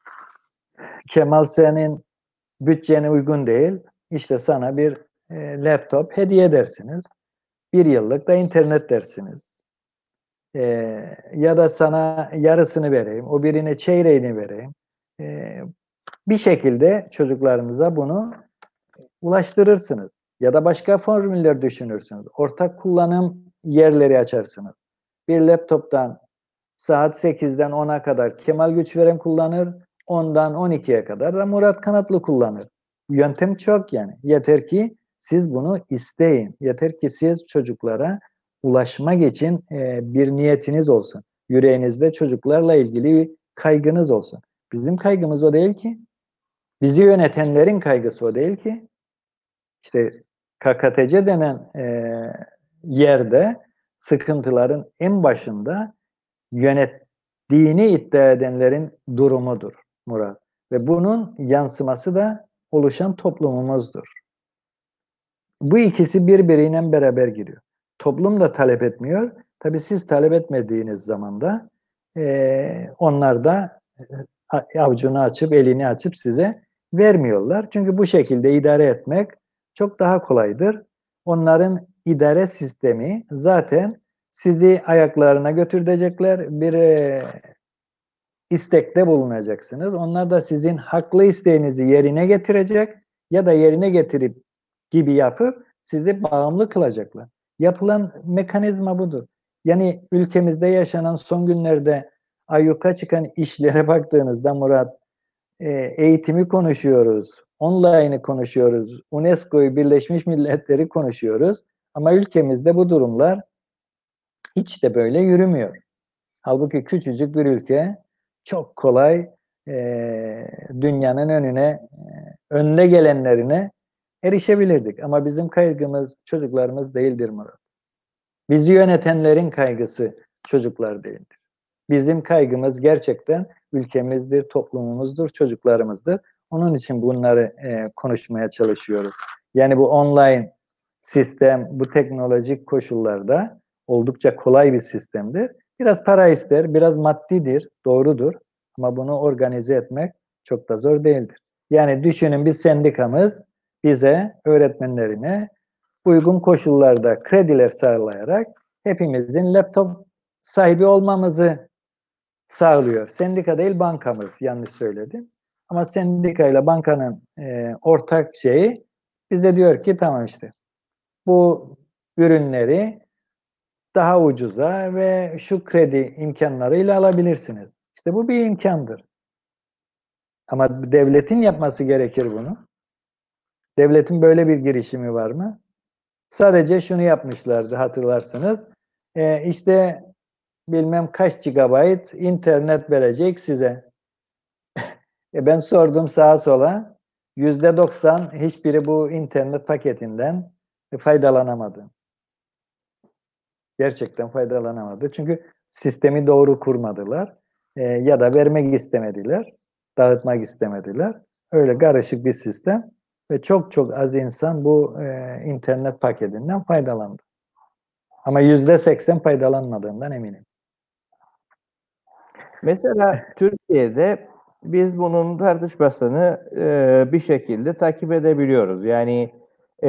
Kemal senin bütçene uygun değil. İşte sana bir e, laptop hediye edersiniz. Bir yıllık da internet dersiniz. E, ya da sana yarısını vereyim, o birine çeyreğini vereyim. E, bir şekilde çocuklarınıza bunu ulaştırırsınız. Ya da başka formüller düşünürsünüz. Ortak kullanım yerleri açarsınız. Bir laptoptan saat sekizden ona kadar Kemal Güçveren kullanır, ondan on ikiye kadar da Murat Kanatlı kullanır. Yöntem çok yani. Yeter ki siz bunu isteyin. Yeter ki siz çocuklara ulaşmak için e, bir niyetiniz olsun. Yüreğinizde çocuklarla ilgili bir kaygınız olsun. Bizim kaygımız o değil ki. Bizi yönetenlerin kaygısı o değil ki. İşte K K T C denen e, yerde sıkıntıların en başında yönettiğini iddia edenlerin durumudur Murat. Ve bunun yansıması da oluşan toplumumuzdur. Bu ikisi birbiriyle beraber giriyor. Toplum da talep etmiyor. Tabii siz talep etmediğiniz zaman da e, onlar da e, avucunu açıp, elini açıp size vermiyorlar. Çünkü bu şekilde idare etmek çok daha kolaydır. Onların idare sistemi zaten sizi ayaklarına götürecekler. Bir e, istekte bulunacaksınız. Onlar da sizin haklı isteğinizi yerine getirecek ya da yerine getirip gibi yapıp sizi bağımlı kılacaklar. Yapılan mekanizma budur. Yani ülkemizde yaşanan son günlerde ayyuka çıkan işlere baktığınızda Murat, e, eğitimi konuşuyoruz, online'ı konuşuyoruz, UNESCO'yu, Birleşmiş Milletler'i konuşuyoruz. Ama ülkemizde bu durumlar hiç de böyle yürümüyor. Halbuki küçücük bir ülke çok kolay e, dünyanın önüne, e, önde gelenlerine erişebilirdik. Ama bizim kaygımız çocuklarımız değildir Murat. Bizi yönetenlerin kaygısı çocuklar değildir. Bizim kaygımız gerçekten ülkemizdir, toplumumuzdur, çocuklarımızdır. Onun için bunları e, konuşmaya çalışıyoruz. Yani bu online sistem, bu teknolojik koşullarda oldukça kolay bir sistemdir. Biraz para ister, biraz maddidir, doğrudur. Ama bunu organize etmek çok da zor değildir. Yani düşünün bir sendikamız bize, öğretmenlerine uygun koşullarda krediler sağlayarak hepimizin laptop sahibi olmamızı sağlıyor. Sendika değil bankamız, yanlış söyledim. Ama sendika ile bankanın e, ortak şeyi bize diyor ki tamam işte bu ürünleri daha ucuza ve şu kredi imkanlarıyla alabilirsiniz. İşte bu bir imkandır. Ama devletin yapması gerekir bunu. Devletin böyle bir girişimi var mı? Sadece şunu yapmışlardı hatırlarsınız. E, işte bilmem kaç gigabayt internet verecek size. E ben sordum sağa sola. Yüzde doksan hiçbiri bu internet paketinden faydalanamadı. Gerçekten faydalanamadı. Çünkü sistemi doğru kurmadılar. E, ya da vermek istemediler. Dağıtmak istemediler. Öyle karışık bir sistem. Ve çok çok az insan bu e, internet paketinden faydalandı. Ama yüzde seksen faydalanmadığından eminim. Mesela Türkiye'de biz bunun tartışmasını e, bir şekilde takip edebiliyoruz. Yani e,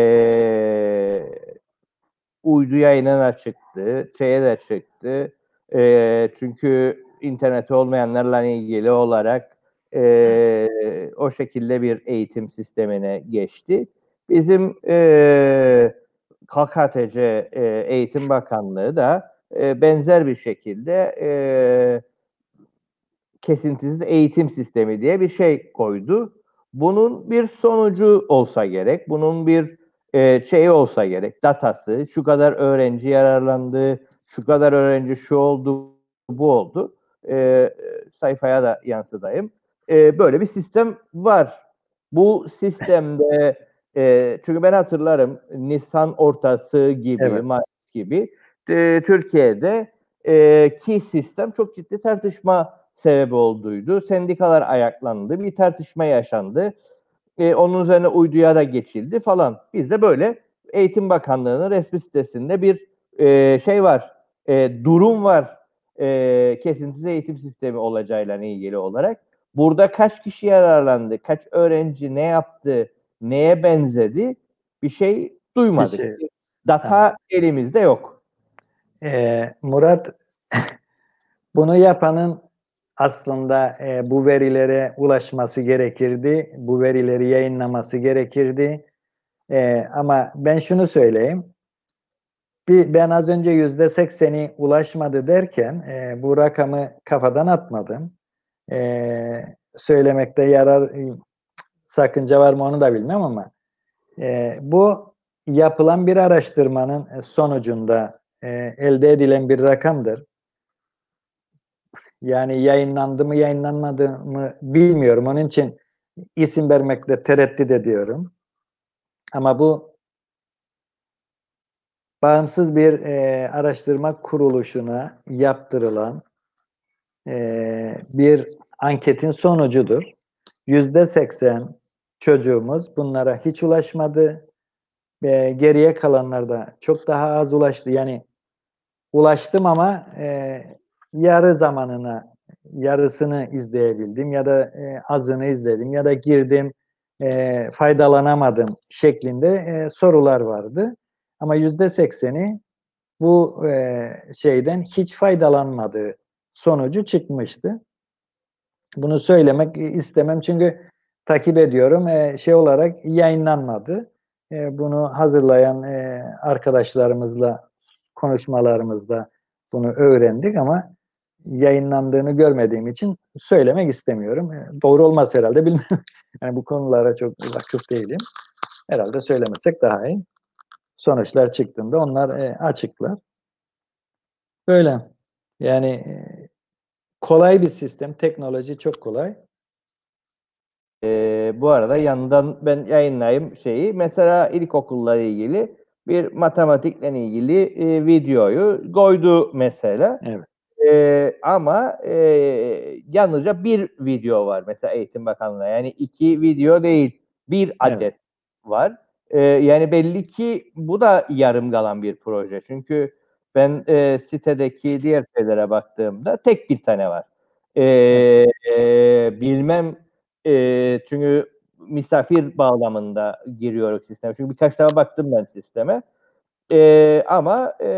uydu yayınına çıktı, şeye de çıktı. E, çünkü interneti olmayanlarla ilgili olarak e, o şekilde bir eğitim sistemine geçti. Bizim e, K K T C e, Eğitim Bakanlığı da e, benzer bir şekilde e, kesintisiz eğitim sistemi diye bir şey koydu. Bunun bir sonucu olsa gerek, bunun bir e, şeyi olsa gerek, datası, şu kadar öğrenci yararlandı, şu kadar öğrenci şu oldu, bu oldu. E, sayfaya da yansıtayım. E, böyle bir sistem var. Bu sistemde, e, çünkü ben hatırlarım Nisan ortası gibi, Evet. Mart gibi e, Türkiye'de e, ki sistem çok ciddi tartışma sebebi olduydu. Sendikalar ayaklandı, bir tartışma yaşandı. E, onun üzerine uyduya da geçildi falan. Bizde böyle Eğitim Bakanlığı'nın resmi sitesinde bir e, şey var, e, durum var. E, kesintisiz eğitim sistemi olacağıyla ilgili olarak. Burada kaç kişi yararlandı, kaç öğrenci ne yaptı, neye benzedi bir şey Bir duymadık. şey. Tamam. Data elimizde yok. Ee, Murat, bunu yapanın aslında e, bu verilere ulaşması gerekirdi. Bu verileri yayınlaması gerekirdi. E, ama ben şunu söyleyeyim. Bir, ben az önce yüzde sekseni ulaşmadı derken e, bu rakamı kafadan atmadım. E, söylemekte yarar sakınca var mı onu da bilmem ama e, bu yapılan bir araştırmanın sonucunda e, elde edilen bir rakamdır. Yani yayınlandı mı yayınlanmadı mı bilmiyorum. Onun için isim vermekte tereddüt ediyorum. Ama bu bağımsız bir e, araştırma kuruluşuna yaptırılan e, bir anketin sonucudur. Yüzde seksen çocuğumuz bunlara hiç ulaşmadı ve geriye kalanlar da çok daha az ulaştı. Yani ulaştım ama e, yarı zamanına yarısını izleyebildim ya da e, azını izledim ya da girdim e, faydalanamadım şeklinde e, sorular vardı. Ama yüzde sekseni bu e, şeyden hiç faydalanmadığı sonucu çıkmıştı. Bunu söylemek istemem çünkü takip ediyorum. E, şey olarak yayınlanmadı. E, bunu hazırlayan e, arkadaşlarımızla konuşmalarımızda bunu öğrendik ama yayınlandığını görmediğim için söylemek istemiyorum. E, doğru olmaz herhalde bilmem. Yani bu konulara çok vakıf değilim. Herhalde söylemesek daha iyi. Sonuçlar çıktığında onlar e, açıklar. Böyle. Yani e, kolay bir sistem. Teknoloji çok kolay. Ee, bu arada yandan ben yayınlayayım şeyi. Mesela ilkokulla ilgili bir matematikle ilgili e, videoyu koydu mesela. Evet. Ee, ama e, yalnızca bir video var mesela Eğitim Bakanlığı'na. Yani iki video değil, bir Evet. adet var. Ee, yani belli ki bu da yarım kalan bir proje. Çünkü ben e, sitedeki diğer şeylere baktığımda tek bir tane var. Evet. Ee, e, bilmem e, çünkü misafir bağlamında giriyoruz sisteme. Çünkü birkaç defa baktım ben sisteme. Ee, ama e,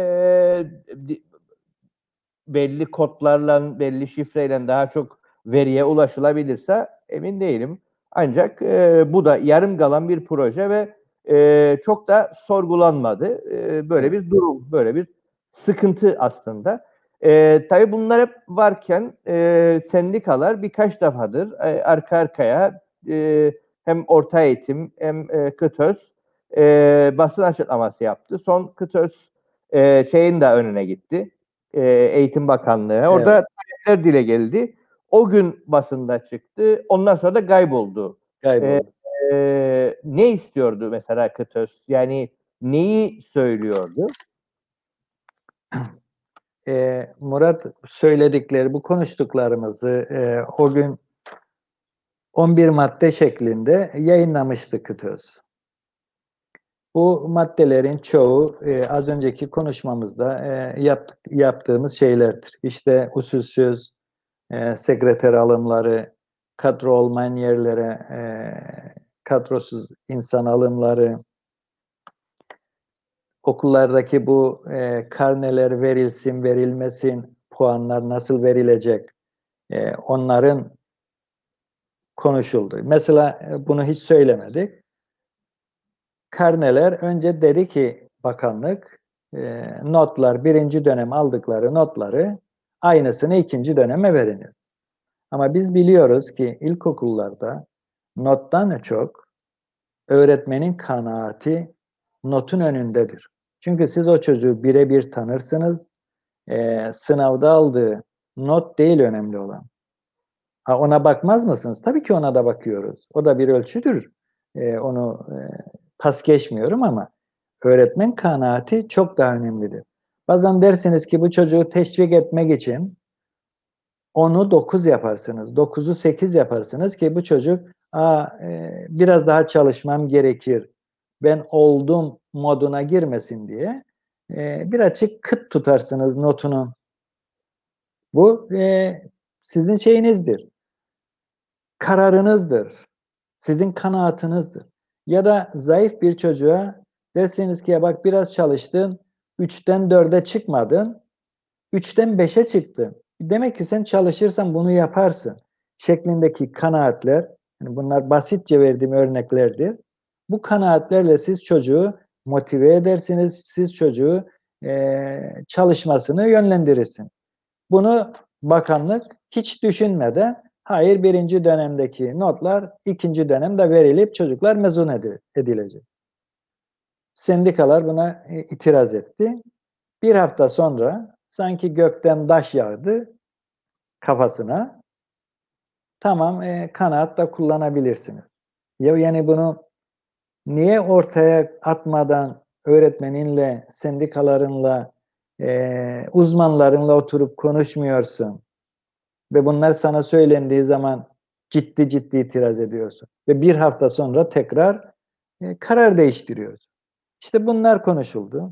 belli kodlarla, belli şifreyle daha çok veriye ulaşılabilirse emin değilim. Ancak e, bu da yarım kalan bir proje ve e, çok da sorgulanmadı. E, böyle Evet. bir durum, böyle bir sıkıntı aslında. E, tabii bunlar hep varken e, sendikalar birkaç defadır e, arka arkaya e, hem orta eğitim hem e, KıTÖZ e, basın açıklaması yaptı. Son KıTÖZ e, şeyin de önüne gitti. E, Eğitim Bakanlığı. Evet. Orada talepler dile geldi. O gün basında çıktı. Ondan sonra da kayboldu. E, Kayboldu. e, ne istiyordu mesela KıTÖZ? Yani neyi söylüyordu? E, Murat söyledikleri, bu konuştuklarımızı e, o gün on bir madde şeklinde yayınlamıştı KıTÖZ. Bu maddelerin çoğu e, az önceki konuşmamızda e, yap, yaptığımız şeylerdir. İşte usulsüz e, sekreter alımları, kadro olmayan yerlere e, kadrosuz insan alımları, okullardaki bu e, karneler verilsin, verilmesin, puanlar nasıl verilecek, e, onların konuşuldu. Mesela e, bunu hiç söylemedik. Karneler önce dedi ki bakanlık, e, notlar birinci dönem aldıkları notları aynısını ikinci döneme veriniz. Ama biz biliyoruz ki ilkokullarda nottan çok öğretmenin kanaati notun önündedir. Çünkü siz o çocuğu birebir tanırsınız. E, sınavda aldığı not değil önemli olan. Ha, ona bakmaz mısınız? Tabii ki ona da bakıyoruz. O da bir ölçüdür. E, onu e, pas geçmiyorum ama öğretmen kanaati çok daha önemlidir. Bazen dersiniz ki bu çocuğu teşvik etmek için onu dokuz yaparsınız, dokuzu sekiz yaparsınız ki bu çocuk Aa, e, biraz daha çalışmam gerekir, ben oldum moduna girmesin diye e, bir açık kıt tutarsınız notunun. Bu e, sizin şeyinizdir, kararınızdır, sizin kanaatinizdir. Ya da zayıf bir çocuğa dersiniz ki ya bak biraz çalıştın, üçten dörde çıkmadın, üçten beşe çıktın. Demek ki sen çalışırsan bunu yaparsın şeklindeki kanaatler, yani bunlar basitçe verdiğim örneklerdir. Bu kanaatlerle siz çocuğu motive edersiniz, siz çocuğu e, çalışmasını yönlendirirsiniz. Bunu bakanlık hiç düşünmeden hayır birinci dönemdeki notlar ikinci dönemde verilip çocuklar mezun edilecek. Sendikalar buna e, itiraz etti. Bir hafta sonra sanki gökten taş yağdı kafasına. Tamam e, kanaat da kullanabilirsiniz. Ya yani bunu niye ortaya atmadan öğretmeninle, sendikalarınla, e, uzmanlarınla oturup konuşmuyorsun? Ve bunlar sana söylendiği zaman ciddi ciddi itiraz ediyorsun. Ve bir hafta sonra tekrar e, karar değiştiriyorsun. İşte bunlar konuşuldu.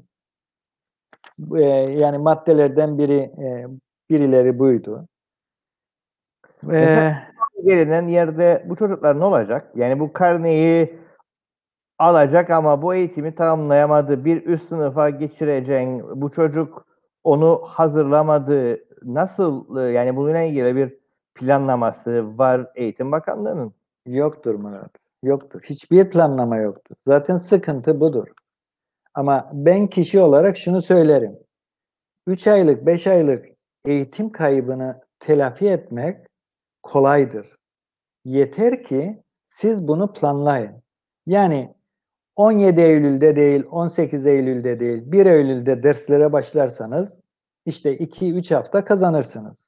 E, yani maddelerden biri e, birileri buydu. Mesela Ee, gelinen yerde bu çocuklar ne olacak? Yani bu karneyi alacak ama bu eğitimi tamamlayamadı. Bir üst sınıfa geçireceğin bu çocuk onu hazırlamadı. Nasıl e, yani bununla ilgili bir planlaması var Eğitim Bakanlığı'nın? Yoktur Murat. Yoktur. Hiçbir planlama yoktur. Zaten sıkıntı budur. Ama ben kişi olarak şunu söylerim. üç aylık, beş aylık eğitim kaybını telafi etmek kolaydır. Yeter ki siz bunu planlayın. Yani on yedi Eylül'de değil, on sekiz Eylül'de değil, bir Eylül'de derslere başlarsanız işte iki üç hafta kazanırsınız.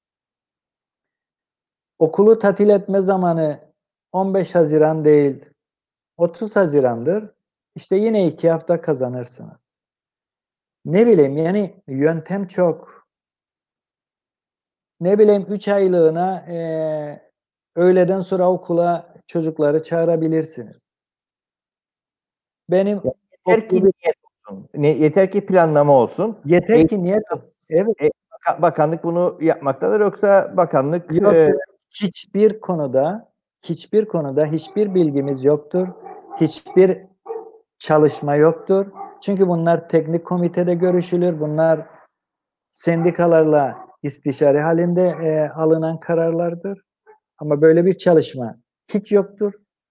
Okulu tatil etme zamanı on beş Haziran değil, otuz Haziran'dır. İşte yine iki hafta kazanırsınız. Ne bileyim yani yöntem çok. Ne bileyim üç aylığına eee, öğleden sonra okula çocukları çağırabilirsiniz. Benim Ya yeter ki okul niyet olsun. Ne, yeter ki planlama olsun. yeter Eğitim ki niyet evet e, Baka- Bakanlık bunu yapmaktadır. Yoksa bakanlık yok e, hiçbir konuda hiçbir konuda hiçbir bilgimiz yoktur. Hiçbir çalışma yoktur. Çünkü bunlar teknik komitede görüşülür. Bunlar sendikalarla istişare halinde e, alınan kararlardır. Ama böyle bir çalışma hiç yoktur.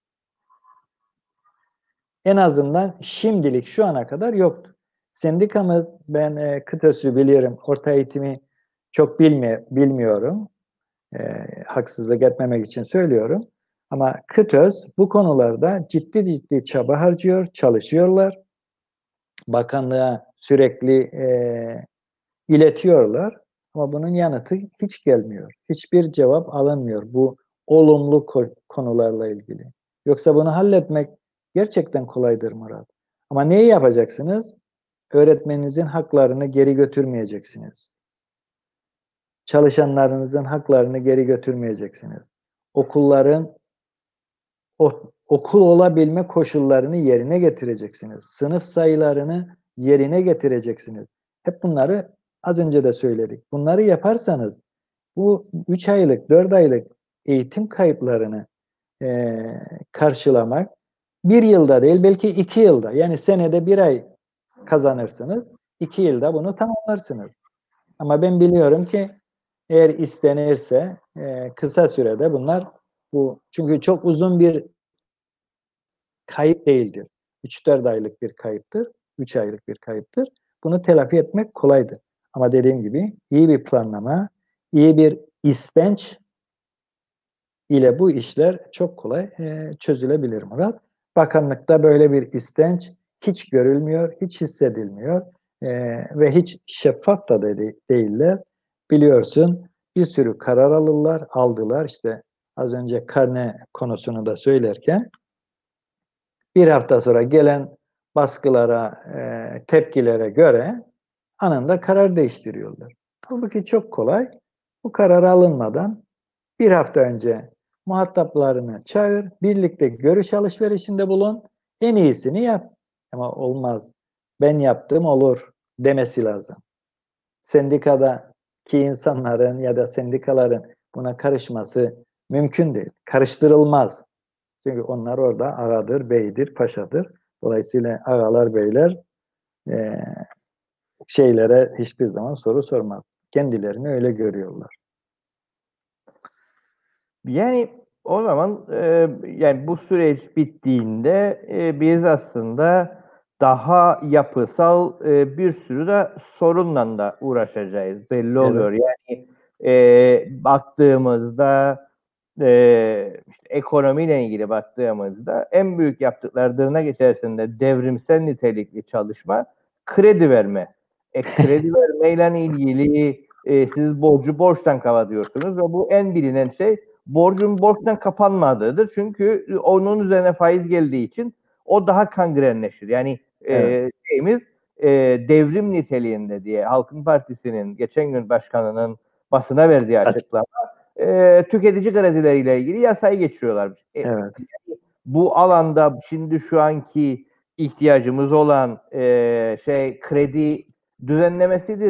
En azından şimdilik şu ana kadar yoktu. Sendikamız ben e, kıtası biliyorum. Orta eğitimi çok bilmi bilmiyorum. E, haksızlık etmemek için söylüyorum. Ama KıTÖZ bu konularda ciddi ciddi çaba harcıyor, çalışıyorlar. Bakanlığa sürekli e, iletiyorlar. Ama bunun yanıtı hiç gelmiyor. Hiçbir cevap alınmıyor bu olumlu ko- konularla ilgili. Yoksa bunu halletmek gerçekten kolaydır Murat. Ama neyi yapacaksınız? Öğretmeninizin haklarını geri götürmeyeceksiniz. Çalışanlarınızın haklarını geri götürmeyeceksiniz. Okulların o, okul olabilme koşullarını yerine getireceksiniz. Sınıf sayılarını yerine getireceksiniz. Hep bunları az önce de söyledik. Bunları yaparsanız bu üç aylık, dört aylık eğitim kayıplarını e, karşılamak bir yılda değil belki iki yılda yani senede bir ay kazanırsınız. iki yılda bunu tamamlarsınız. Ama ben biliyorum ki eğer istenirse e, kısa sürede bunlar bu çünkü çok uzun bir kayıp değildir. üç dört aylık bir kayıptır. üç aylık bir kayıptır. Bunu telafi etmek kolaydır. Ama dediğim gibi iyi bir planlama, iyi bir istenç ile bu işler çok kolay e, çözülebilir Murat. Bakanlıkta böyle bir istenç hiç görülmüyor, hiç hissedilmiyor e, ve hiç şeffaf da de değiller. Biliyorsun bir sürü karar alırlar, aldılar. İşte az önce karne konusunu da söylerken bir hafta sonra gelen baskılara, e, tepkilere göre anında karar değiştiriyorlar. Halbuki çok kolay. Bu karar alınmadan bir hafta önce muhataplarını çağır, birlikte görüş alışverişinde bulun, en iyisini yap. Ama olmaz. Ben yaptım olur demesi lazım. Sendikadaki insanların ya da sendikaların buna karışması mümkün değil. Karıştırılmaz. Çünkü onlar orada ağadır, beydir, paşadır. Dolayısıyla ağalar, beyler e, şeylere hiçbir zaman soru sormaz. Kendilerini öyle görüyorlar. yani o zaman e, yani bu süreç bittiğinde e, biz aslında daha yapısal e, bir sürü de sorunla da uğraşacağız. Belli Evet, oluyor. Yani e, baktığımızda e, işte ekonomiyle ilgili baktığımızda en büyük yaptıkları tırnak içerisinde devrimsel nitelikli çalışma kredi verme. E, kredi vermeyle ilgili e, siz borcu borçtan kapatıyorsunuz ve bu en bilinen şey borcun borçtan kapanmadığıdır. Çünkü onun üzerine faiz geldiği için o daha kangrenleşir. Yani evet. e, şeyimiz e, devrim niteliğinde diye Halkın Partisi'nin geçen gün başkanının basına verdiği Açık. açıklama e, tüketici kredileriyle ilgili yasayı geçiriyorlarmış. E, Evet. bu alanda şimdi şu anki ihtiyacımız olan e, şey kredi düzenlemesidir.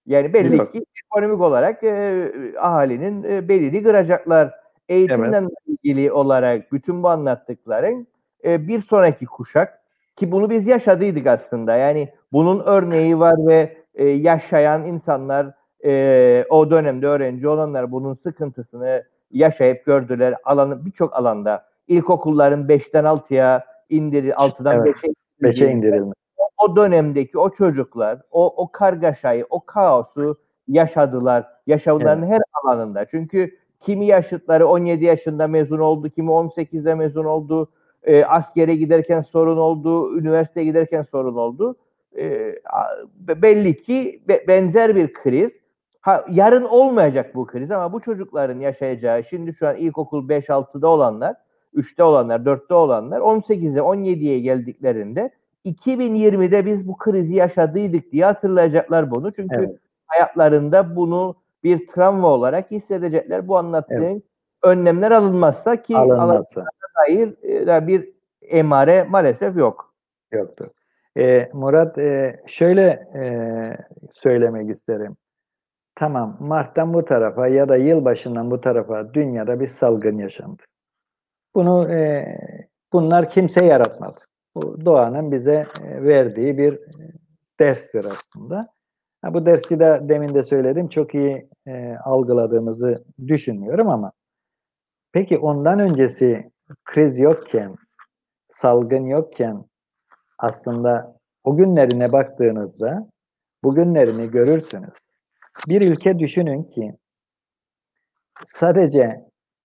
Yani belli Yok. ki ekonomik olarak e, ahalinin e, belini kıracaklar. Evet. Eğitimle ilgili olarak bütün bu anlattıkların e, bir sonraki kuşak ki bunu biz yaşadıydık aslında. Yani bunun örneği var ve e, yaşayan insanlar e, o dönemde öğrenci olanlar bunun sıkıntısını yaşayıp gördüler. Alanı birçok alanda ilkokulların beşten altıya indir, altıdan Evet. beşe Beşe indirildiğinde indirilme. o dönemdeki o çocuklar o, o kargaşayı, o kaosu yaşadılar. Yaşamlarının Evet. her alanında. Çünkü kimi yaşıtları on yedi yaşında mezun oldu, kimi on sekizde mezun oldu. E, askere giderken sorun oldu, üniversiteye giderken sorun oldu. E, belli ki be, benzer bir kriz. Ha, yarın olmayacak bu kriz ama bu çocukların yaşayacağı, şimdi şu an ilkokul beş altıda olanlar, üçte olanlar, dörtte olanlar on sekize on yediye geldiklerinde iki bin yirmide biz bu krizi yaşadıydık diye hatırlayacaklar bunu. Çünkü Evet. hayatlarında bunu bir travma olarak hissedecekler. Bu Evet. anlattığın önlemler alınmazsa ki Alınması alınacağına dair e, bir emare maalesef yok. yoktur. Ee, Murat, e, şöyle e, söylemek isterim. Tamam, Mart'tan bu tarafa ya da yılbaşından bu tarafa dünyada bir salgın yaşandı. Bunu e, bunlar kimse yaratmadı. Bu doğanın bize e, verdiği bir e, derstir aslında. Ha, bu dersi de demin de söyledim, çok iyi e, algıladığımızı düşünüyorum ama peki ondan öncesi kriz yokken, salgın yokken aslında o günlerine baktığınızda bugünlerini görürsünüz. Bir ülke düşünün ki sadece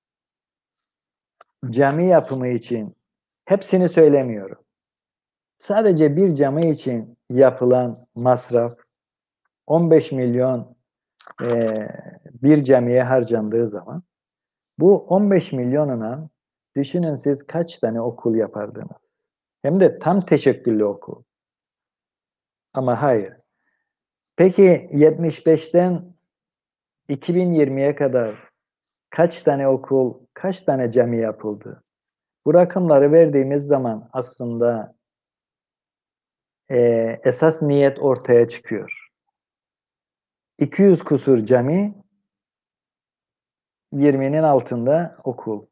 cami yapımı için, hepsini söylemiyorum, sadece bir cami için yapılan masraf on beş milyon e, bir camiye harcandığı zaman bu on beş milyonuna düşünün siz kaç tane okul yapardınız? Hem de tam teşekküllü okul. Ama hayır. Peki yetmiş beşten iki bin yirmiye kadar kaç tane okul, kaç tane cami yapıldı? Bu rakamları verdiğimiz zaman aslında e, esas niyet ortaya çıkıyor. iki yüz kusur cami, yirminin altında okul.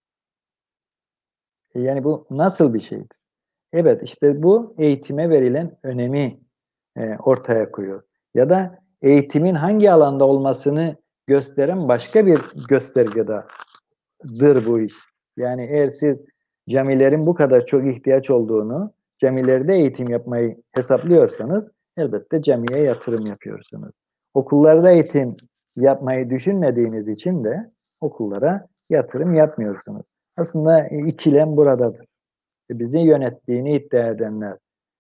E, yani bu nasıl bir şeydir? Evet, işte bu eğitime verilen önemi e, ortaya koyuyor. Ya da eğitimin hangi alanda olmasını gösteren başka bir göstergedir bu iş. Yani eğer siz camilerin bu kadar çok ihtiyaç olduğunu, camilerde eğitim yapmayı hesaplıyorsanız elbette camiye yatırım yapıyorsunuz. Okullarda eğitim yapmayı düşünmediğiniz için de okullara yatırım yapmıyorsunuz. Aslında ikilem buradadır. Bizi yönettiğini iddia edenler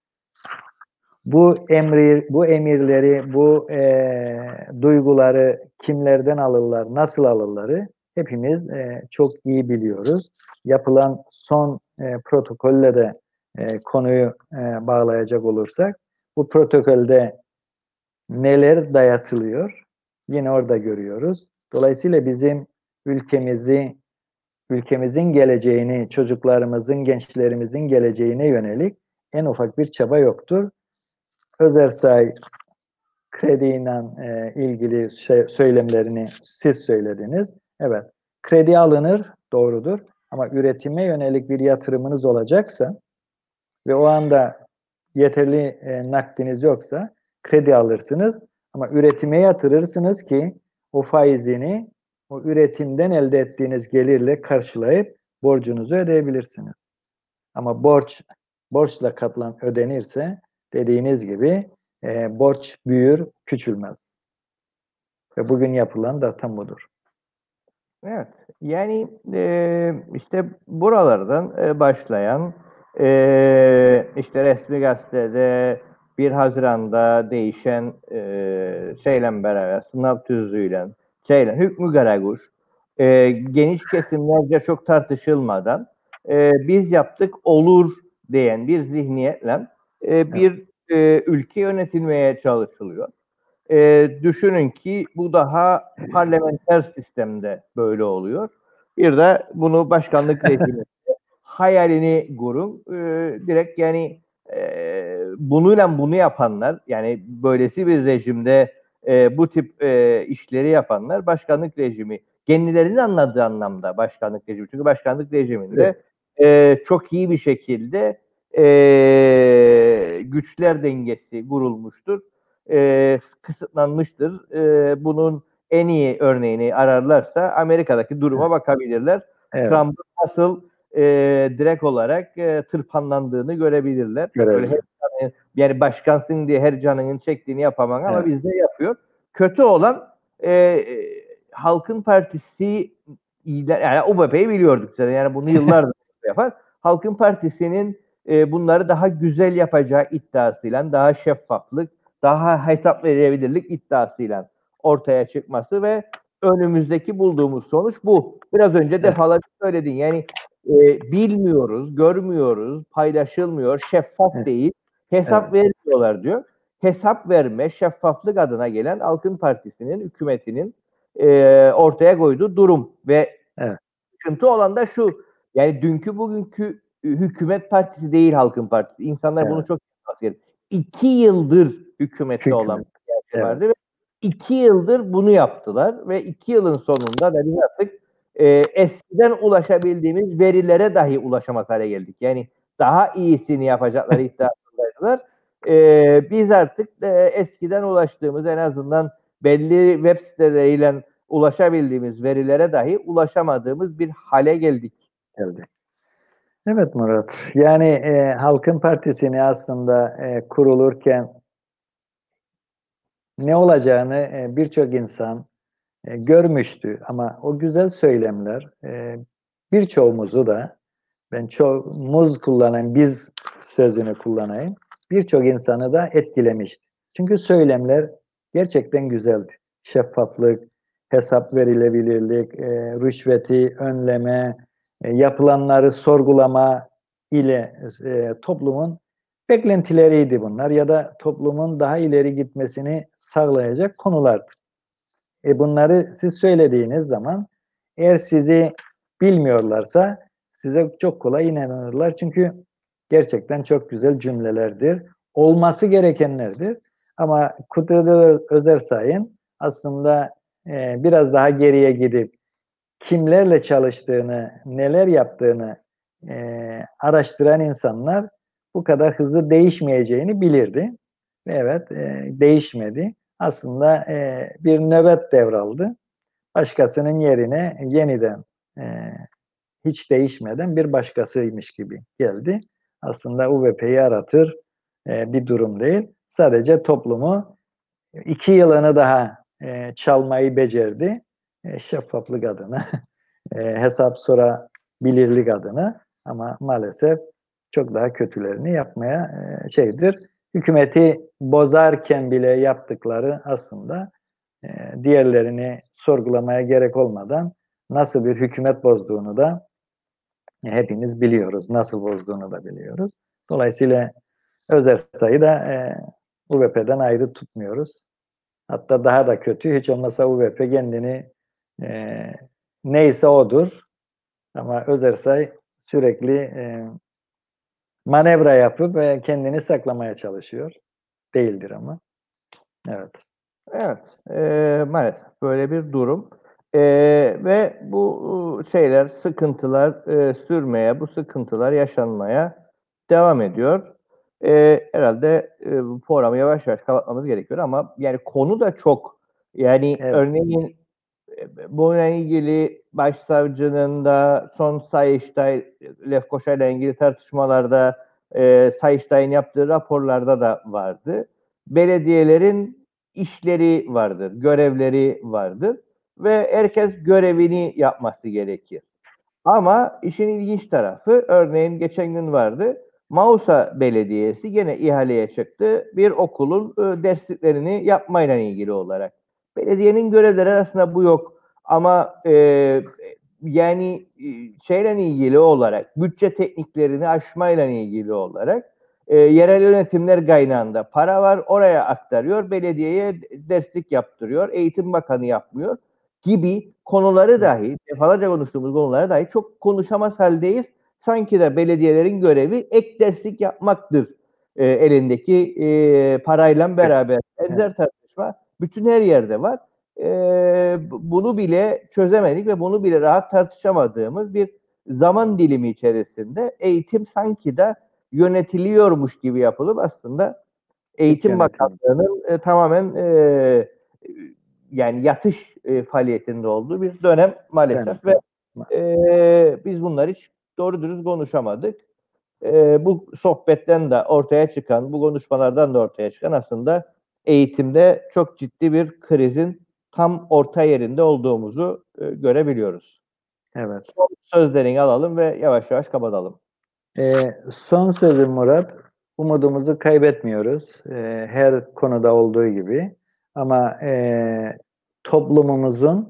bu emri, bu emirleri, bu e, duyguları kimlerden alırlar, nasıl alırları hepimiz e, çok iyi biliyoruz. Yapılan son e, protokolle de e, konuyu e, bağlayacak olursak, bu protokolde neler dayatılıyor? Yine orada görüyoruz. Dolayısıyla bizim ülkemizi, ülkemizin geleceğini, çocuklarımızın, gençlerimizin geleceğine yönelik en ufak bir çaba yoktur. Özersay krediyle e, ilgili şey, söylemlerini siz söylediniz. Evet, kredi alınır, doğrudur. Ama üretime yönelik bir yatırımınız olacaksa ve o anda yeterli e, nakdiniz yoksa kredi alırsınız. Ama üretime yatırırsınız ki o faizini o üretimden elde ettiğiniz gelirle karşılayıp borcunuzu ödeyebilirsiniz. Ama borç borçla katlan ödenirse dediğiniz gibi e, borç büyür, küçülmez. Ve bugün yapılan da tam budur. Evet. Yani e, işte buralardan e, başlayan e, işte resmi gazetede bir Haziran'da değişen e, şeyle beraber sınav tüzüğüyle şeyle hükmü Garaguş e, geniş kesimlerce çok tartışılmadan e, biz yaptık olur diyen bir zihniyetle e, Evet. bir e, ülke yönetilmeye çalışılıyor. E, düşünün ki bu daha parlamenter sistemde böyle oluyor. Bir de bunu başkanlık rejimi hayalini kurun. E, direkt yani e, bununla bunu yapanlar yani böylesi bir rejimde e, bu tip e, işleri yapanlar başkanlık rejimi, kendilerinin anladığı anlamda başkanlık rejimi. Çünkü başkanlık rejiminde e, çok iyi bir şekilde e, güçler dengesi kurulmuştur. E, kısıtlanmıştır. E, bunun en iyi örneğini ararlarsa Amerika'daki duruma bakabilirler. Evet. Trump'ın nasıl e, direkt olarak e, tırpanlandığını görebilirler. Öyle her canı, yani başkansın diye her canının çektiğini yapamam ama Evet. bizde yapıyor. Kötü olan e, Halkın Partisi, yani U B P'yi biliyorduk zaten. Yani bunu yıllardır yapar. Halkın Partisi'nin e, bunları daha güzel yapacağı iddiasıyla, daha şeffaflık, daha hesap verebilirlik iddiasıyla ortaya çıkması ve önümüzdeki bulduğumuz sonuç bu. Biraz önce Evet. defalarca söyledin. Yani e, bilmiyoruz, görmüyoruz, paylaşılmıyor, şeffaf Evet. değil, hesap Evet. vermiyorlar diyor. Hesap verme, şeffaflık adına gelen Halkın Partisi'nin, hükümetinin e, ortaya koyduğu durum ve Evet. sıkıntı olan da şu, yani dünkü bugünkü hükümet partisi değil Halkın Partisi. İnsanlar Evet. bunu çok yapması gerekiyor. İki yıldır hükümette olan Hükümet. bir siyasi Evet. vardı ve iki yıldır bunu yaptılar ve iki yılın sonunda da biz artık e, eskiden ulaşabildiğimiz verilere dahi ulaşamaz hale geldik. Yani daha iyisini yapacakları iddiasındaydılar. E, biz artık e, eskiden ulaştığımız, en azından belli web siteleriyle ulaşabildiğimiz verilere dahi ulaşamadığımız bir hale geldik. Geldi. Evet Murat. Yani e, Halkın Partisi'ni aslında e, kurulurken ne olacağını e, birçok insan e, görmüştü ama o güzel söylemler e, birçoğumuzu da, ben çoğumuz kullanan, biz sözünü kullanayım, birçok insanı da etkilemişti. Çünkü söylemler gerçekten güzeldi. Şeffaflık, hesap verilebilirlik, e, rüşveti önleme, e, yapılanları sorgulama ile e, toplumun beklentileriydi bunlar ya da toplumun daha ileri gitmesini sağlayacak konulardı. E bunları siz söylediğiniz zaman, eğer sizi bilmiyorlarsa size çok kolay inanırlar. Çünkü gerçekten çok güzel cümlelerdir. Olması gerekenlerdir. Ama Kudret Özersay'ın aslında e, biraz daha geriye gidip kimlerle çalıştığını, neler yaptığını e, araştıran insanlar bu kadar hızlı değişmeyeceğini bilirdi. Ve evet, e, değişmedi. Aslında e, bir nöbet devraldı. Başkasının yerine yeniden e, hiç değişmeden bir başkasıymış gibi geldi. Aslında U V P'yi yaratır e, bir durum değil. Sadece toplumu iki yılını daha e, çalmayı becerdi. E, şeffaflık adına, e, hesap sorabilirlik adına, ama maalesef çok daha kötülerini yapmaya e, şeydir. Hükümeti bozarken bile yaptıkları aslında e, diğerlerini sorgulamaya gerek olmadan nasıl bir hükümet bozduğunu da hepimiz biliyoruz. Nasıl bozduğunu da biliyoruz. Dolayısıyla Özersay'ı da e, U V P'den ayrı tutmuyoruz. Hatta daha da kötü, hiç olmasa U V P kendini e, neyse odur. Ama Özersay sürekli e, manevra yapıp e, kendini saklamaya çalışıyor. Değildir ama. Evet. Evet, e, maalesef böyle bir durum. E, ve bu şeyler, sıkıntılar e, sürmeye, bu sıkıntılar yaşanmaya devam ediyor. E, herhalde e, bu programı yavaş yavaş kapatmamız gerekiyor ama yani konu da çok. Yani Evet. örneğin e, bununla ilgili başsavcının da son Sayıştay, Lefkoşa ile ilgili tartışmalarda e, Sayıştay'ın yaptığı raporlarda da vardı. Belediyelerin işleri vardır, görevleri vardır ve herkes görevini yapması gerekir. Ama işin ilginç tarafı, örneğin geçen gün vardı, Mausa Belediyesi gene ihaleye çıktı. Bir okulun e, dersliklerini yapmayla ilgili olarak. Belediyenin görevleri arasında bu yok. Ama e, yani e, şeyle ilgili olarak, bütçe tekniklerini aşmayla ilgili olarak e, yerel yönetimler kaynağında para var, oraya aktarıyor, belediyeye derslik yaptırıyor, Eğitim Bakanı yapmıyor gibi konuları dahi, defalarca konuştuğumuz konuları dahi çok konuşamaz haldeyiz. Sanki de belediyelerin görevi ek derslik yapmaktır e, elindeki e, parayla beraber. Evet. Benzer tartışma bütün her yerde var. Ee, bunu bile çözemedik ve bunu bile rahat tartışamadığımız bir zaman dilimi içerisinde eğitim sanki de yönetiliyormuş gibi yapılıp aslında Hiç Eğitim yönetilmiyor. Bakanlığı'nın e, tamamen e, yani yatış e, faaliyetinde olduğu bir dönem Dönem. maalesef ve e, biz bunları hiç doğru dürüst konuşamadık. E, bu sohbetten de ortaya çıkan, bu konuşmalardan da ortaya çıkan aslında eğitimde çok ciddi bir krizin tam orta yerinde olduğumuzu e, görebiliyoruz. Evet. Son sözlerini alalım ve yavaş yavaş kapatalım. Ee, son sözüm Murat. Umudumuzu kaybetmiyoruz. Ee, her konuda olduğu gibi. Ama e, toplumumuzun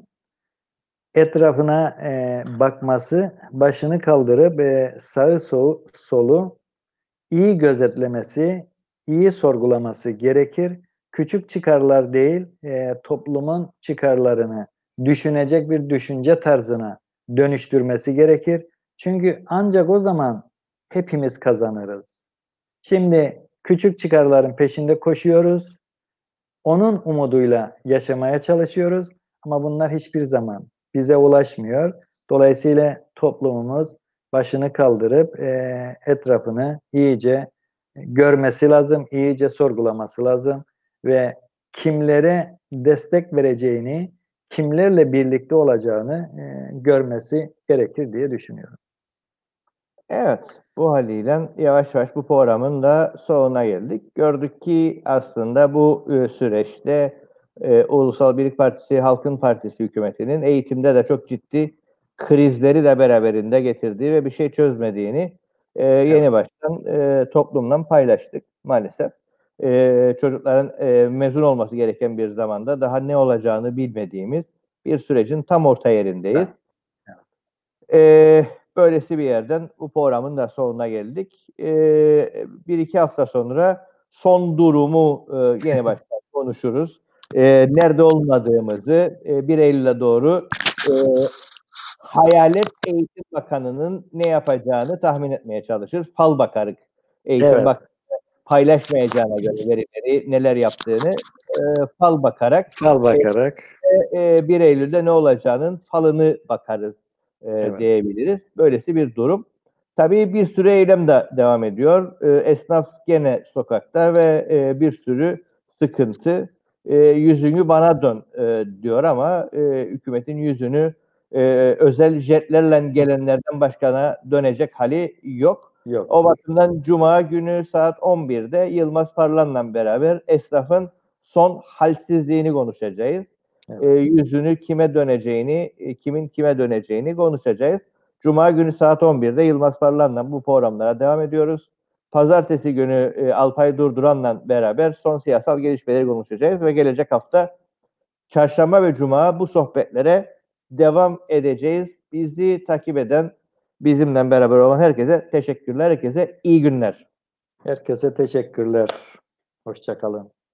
etrafına e, bakması, başını kaldırıp e, sağı solu, solu iyi gözetlemesi, iyi sorgulaması gerekir. Küçük çıkarlar değil, e, toplumun çıkarlarını düşünecek bir düşünce tarzına dönüştürmesi gerekir. Çünkü ancak o zaman hepimiz kazanırız. Şimdi küçük çıkarların peşinde koşuyoruz. Onun umuduyla yaşamaya çalışıyoruz ama bunlar hiçbir zaman bize ulaşmıyor. Dolayısıyla toplumumuz başını kaldırıp e, etrafını iyice görmesi lazım, iyice sorgulaması lazım ve kimlere destek vereceğini, kimlerle birlikte olacağını e, görmesi gerekir diye düşünüyorum. Evet, bu haliyle yavaş yavaş bu programın da sonuna geldik. Gördük ki aslında bu e, süreçte e, Ulusal Birlik Partisi, Halkın Partisi hükümetinin eğitimde de çok ciddi krizleri de beraberinde getirdiği ve bir şey çözmediğini e, Evet, yeni baştan e, toplumla paylaştık maalesef. E, çocukların e, mezun olması gereken bir zamanda daha ne olacağını bilmediğimiz bir sürecin tam orta yerindeyiz. tamam. Evet. Ee, böylesi bir yerden bu programın da sonuna geldik. Ee, bir iki hafta sonra son durumu e, yeni baştan konuşuruz. Ee, nerede olmadığımızı e, bir Eylül'e doğru e, Hayalet Eğitim Bakanı'nın ne yapacağını tahmin etmeye çalışırız. Fal bakarık. Eğitim Evet, Bakanı paylaşmayacağına göre verileri neler yaptığını e, fal bakarak fal e, bakarak, e, bir Eylül'de ne olacağının falını bakarız e, evet, diyebiliriz. Böylesi bir durum. Tabii bir sürü eylem de devam ediyor. E, esnaf gene sokakta ve e, bir sürü sıkıntı. E, yüzünü bana dön e, diyor ama e, hükümetin yüzünü e, özel jetlerle gelenlerden başkana dönecek hali yok. yok. O bakımdan Cuma günü saat on birde Yılmaz Parlan'la beraber esnafın son halsizliğini konuşacağız. E, Evet. yüzünü kime döneceğini, e, kimin kime döneceğini konuşacağız. Cuma günü saat on birde Yılmaz Parlan'la bu programlara devam ediyoruz. Pazartesi günü e, Alpay Durduran'la beraber son siyasal gelişmeleri konuşacağız ve gelecek hafta Çarşamba ve Cuma bu sohbetlere devam edeceğiz. Bizi takip eden, bizimle beraber olan herkese teşekkürler, herkese iyi günler. Herkese teşekkürler. Hoşça kalın.